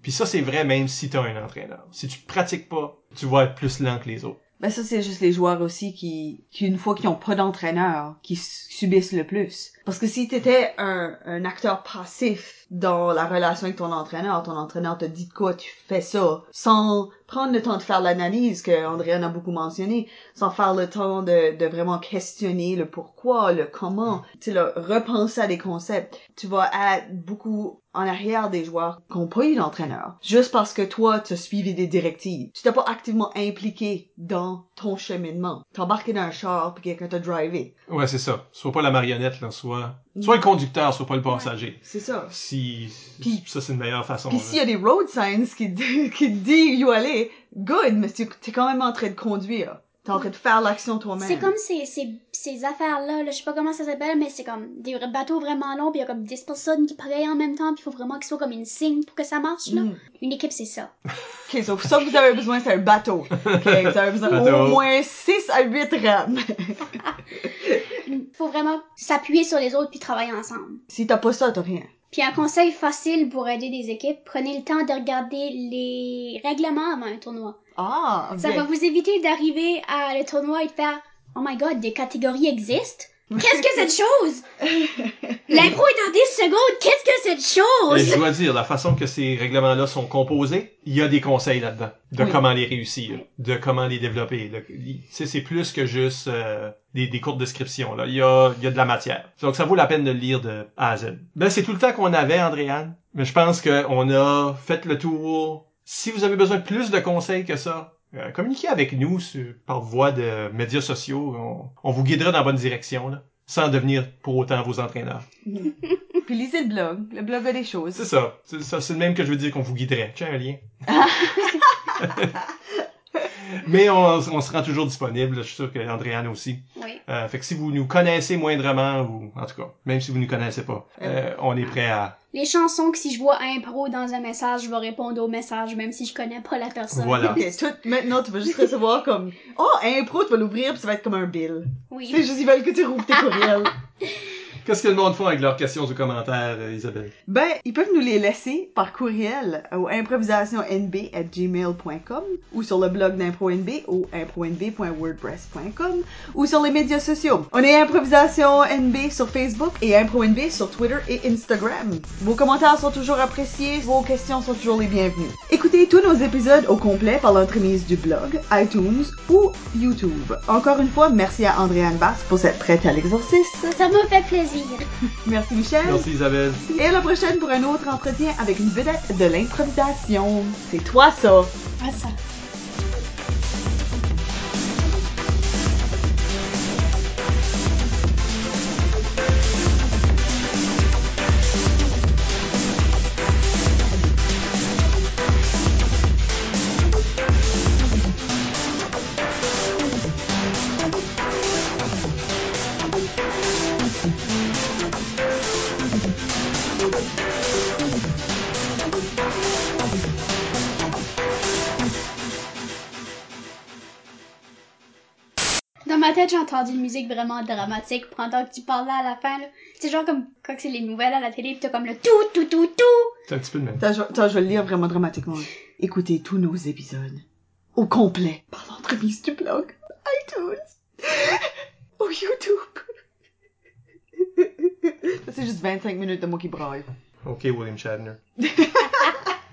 Puis ça, c'est vrai même si t'as un entraîneur. Si tu pratiques pas, tu vas être plus lent que les autres. Ben ça, c'est juste les joueurs aussi qui, qui une fois qu'ils ont pas d'entraîneur, qui subissent le plus. Parce que si t'étais un, un acteur passif dans la relation avec ton entraîneur, ton entraîneur te dit de quoi, tu fais ça, sans prendre le temps de faire l'analyse que Andréane a beaucoup mentionné, sans faire le temps de, de vraiment questionner le pourquoi, le comment, tu sais, le repenser à des concepts, tu vas être beaucoup en arrière des joueurs qui n'ont pas eu d'entraîneur. Juste parce que toi, tu as suivi des directives. Tu t'es pas activement impliqué dans ton cheminement. T'es embarqué dans un char puis quelqu'un t'a drivé. Ouais, c'est ça. Sois pas la marionnette, là, soit, soit le conducteur, soit pas le passager. C'est ça. Si, Pis- ça, c'est une meilleure façon. Puis là. s'il y a des road signs qui, di- qui te disent où aller, good, mais tu t'es quand même en train de conduire. T'es en train de faire l'action toi-même. C'est comme ces, ces, ces affaires-là, là, je sais pas comment ça s'appelle, mais c'est comme des bateaux vraiment longs, pis y a comme dix personnes qui pagayent en même temps, pis il faut vraiment qu'ils soient comme une signe pour que ça marche, là. Mm. Une équipe, c'est ça. Ok, so, ça que vous avez besoin, c'est un bateau. Ok, vous avez besoin Bateau. au moins six à huit rames. Faut vraiment s'appuyer sur les autres puis travailler ensemble. Si t'as pas ça, t'as rien. Puis un conseil facile pour aider des équipes, prenez le temps de regarder les règlements avant un tournoi. Ah, Ça bien. va vous éviter d'arriver à le tournoi et de faire « Oh my god, des catégories existent? Qu'est-ce que cette chose? L'impro est en dix secondes, qu'est-ce que cette Et chose? je dois dire, la façon que ces règlements-là sont composés, il y a des conseils là-dedans. De Oui. comment les réussir, de comment les développer. Le- Tu sais, c'est plus que juste euh, des, des courtes descriptions. Là. Il y a, il y a de la matière. Donc, ça vaut la peine de le lire de A à Z. Ben, c'est tout le temps qu'on avait, Andréane. Mais je pense qu'on a fait le tour. Si vous avez besoin de plus de conseils que ça, euh, communiquez avec nous sur- par voie de médias sociaux. On, on vous guidera dans la bonne direction, là, sans devenir pour autant vos entraîneurs. Puis lisez le blog. Le blog a des choses. C'est ça. C'est ça, c'est le même que je veux dire qu'on vous guiderait. Tiens, un lien. Mais on, on se rend toujours disponible. Je suis sûr que Andréane aussi. Oui. Euh, fait que si vous nous connaissez moindrement, ou en tout cas, même si vous nous connaissez pas, euh, on est prêt à... Les chansons que si je vois impro dans un message, je vais répondre au message même si je connais pas la personne. Voilà. Ok, tout, maintenant, tu vas juste recevoir comme, oh, impro, tu vas l'ouvrir pis ça va être comme un bill. Oui. C'est juste, ils veulent que tu rouvres tes courriels. Qu'est-ce que le monde fait avec leurs questions ou commentaires, euh, Isabelle? Ben, ils peuvent nous les laisser par courriel au improvisationnb at gmail point com ou sur le blog d'ImproNB au impronb point wordpress point com ou sur les médias sociaux. On est Improvisation N B sur Facebook et ImproNB sur Twitter et Instagram. Vos commentaires sont toujours appréciés, vos questions sont toujours les bienvenues. Écoutez tous nos épisodes au complet par l'entremise du blog, iTunes ou YouTube. Encore une fois, merci à Andréane Basse pour cette prête à l'exercice. Ça me fait plaisir. Merci Michel. Merci Isabelle. Et à la prochaine pour un autre entretien avec une vedette de l'improvisation. C'est toi ça. Ah, ça. Dans ma tête, j'ai entendu une musique vraiment dramatique pendant que tu parlais à la fin, là. C'est genre comme quand c'est les nouvelles à la télé pis t'as comme le tout, tout, tout, tout. C'est un petit peu le même. Attends, je, attends, je vais le lire vraiment dramatiquement. Écoutez tous nos épisodes au complet par l'entremise du blog, iTunes, ou YouTube. Ça, c'est juste vingt-cinq minutes de moi qui braille. OK, William Shatner.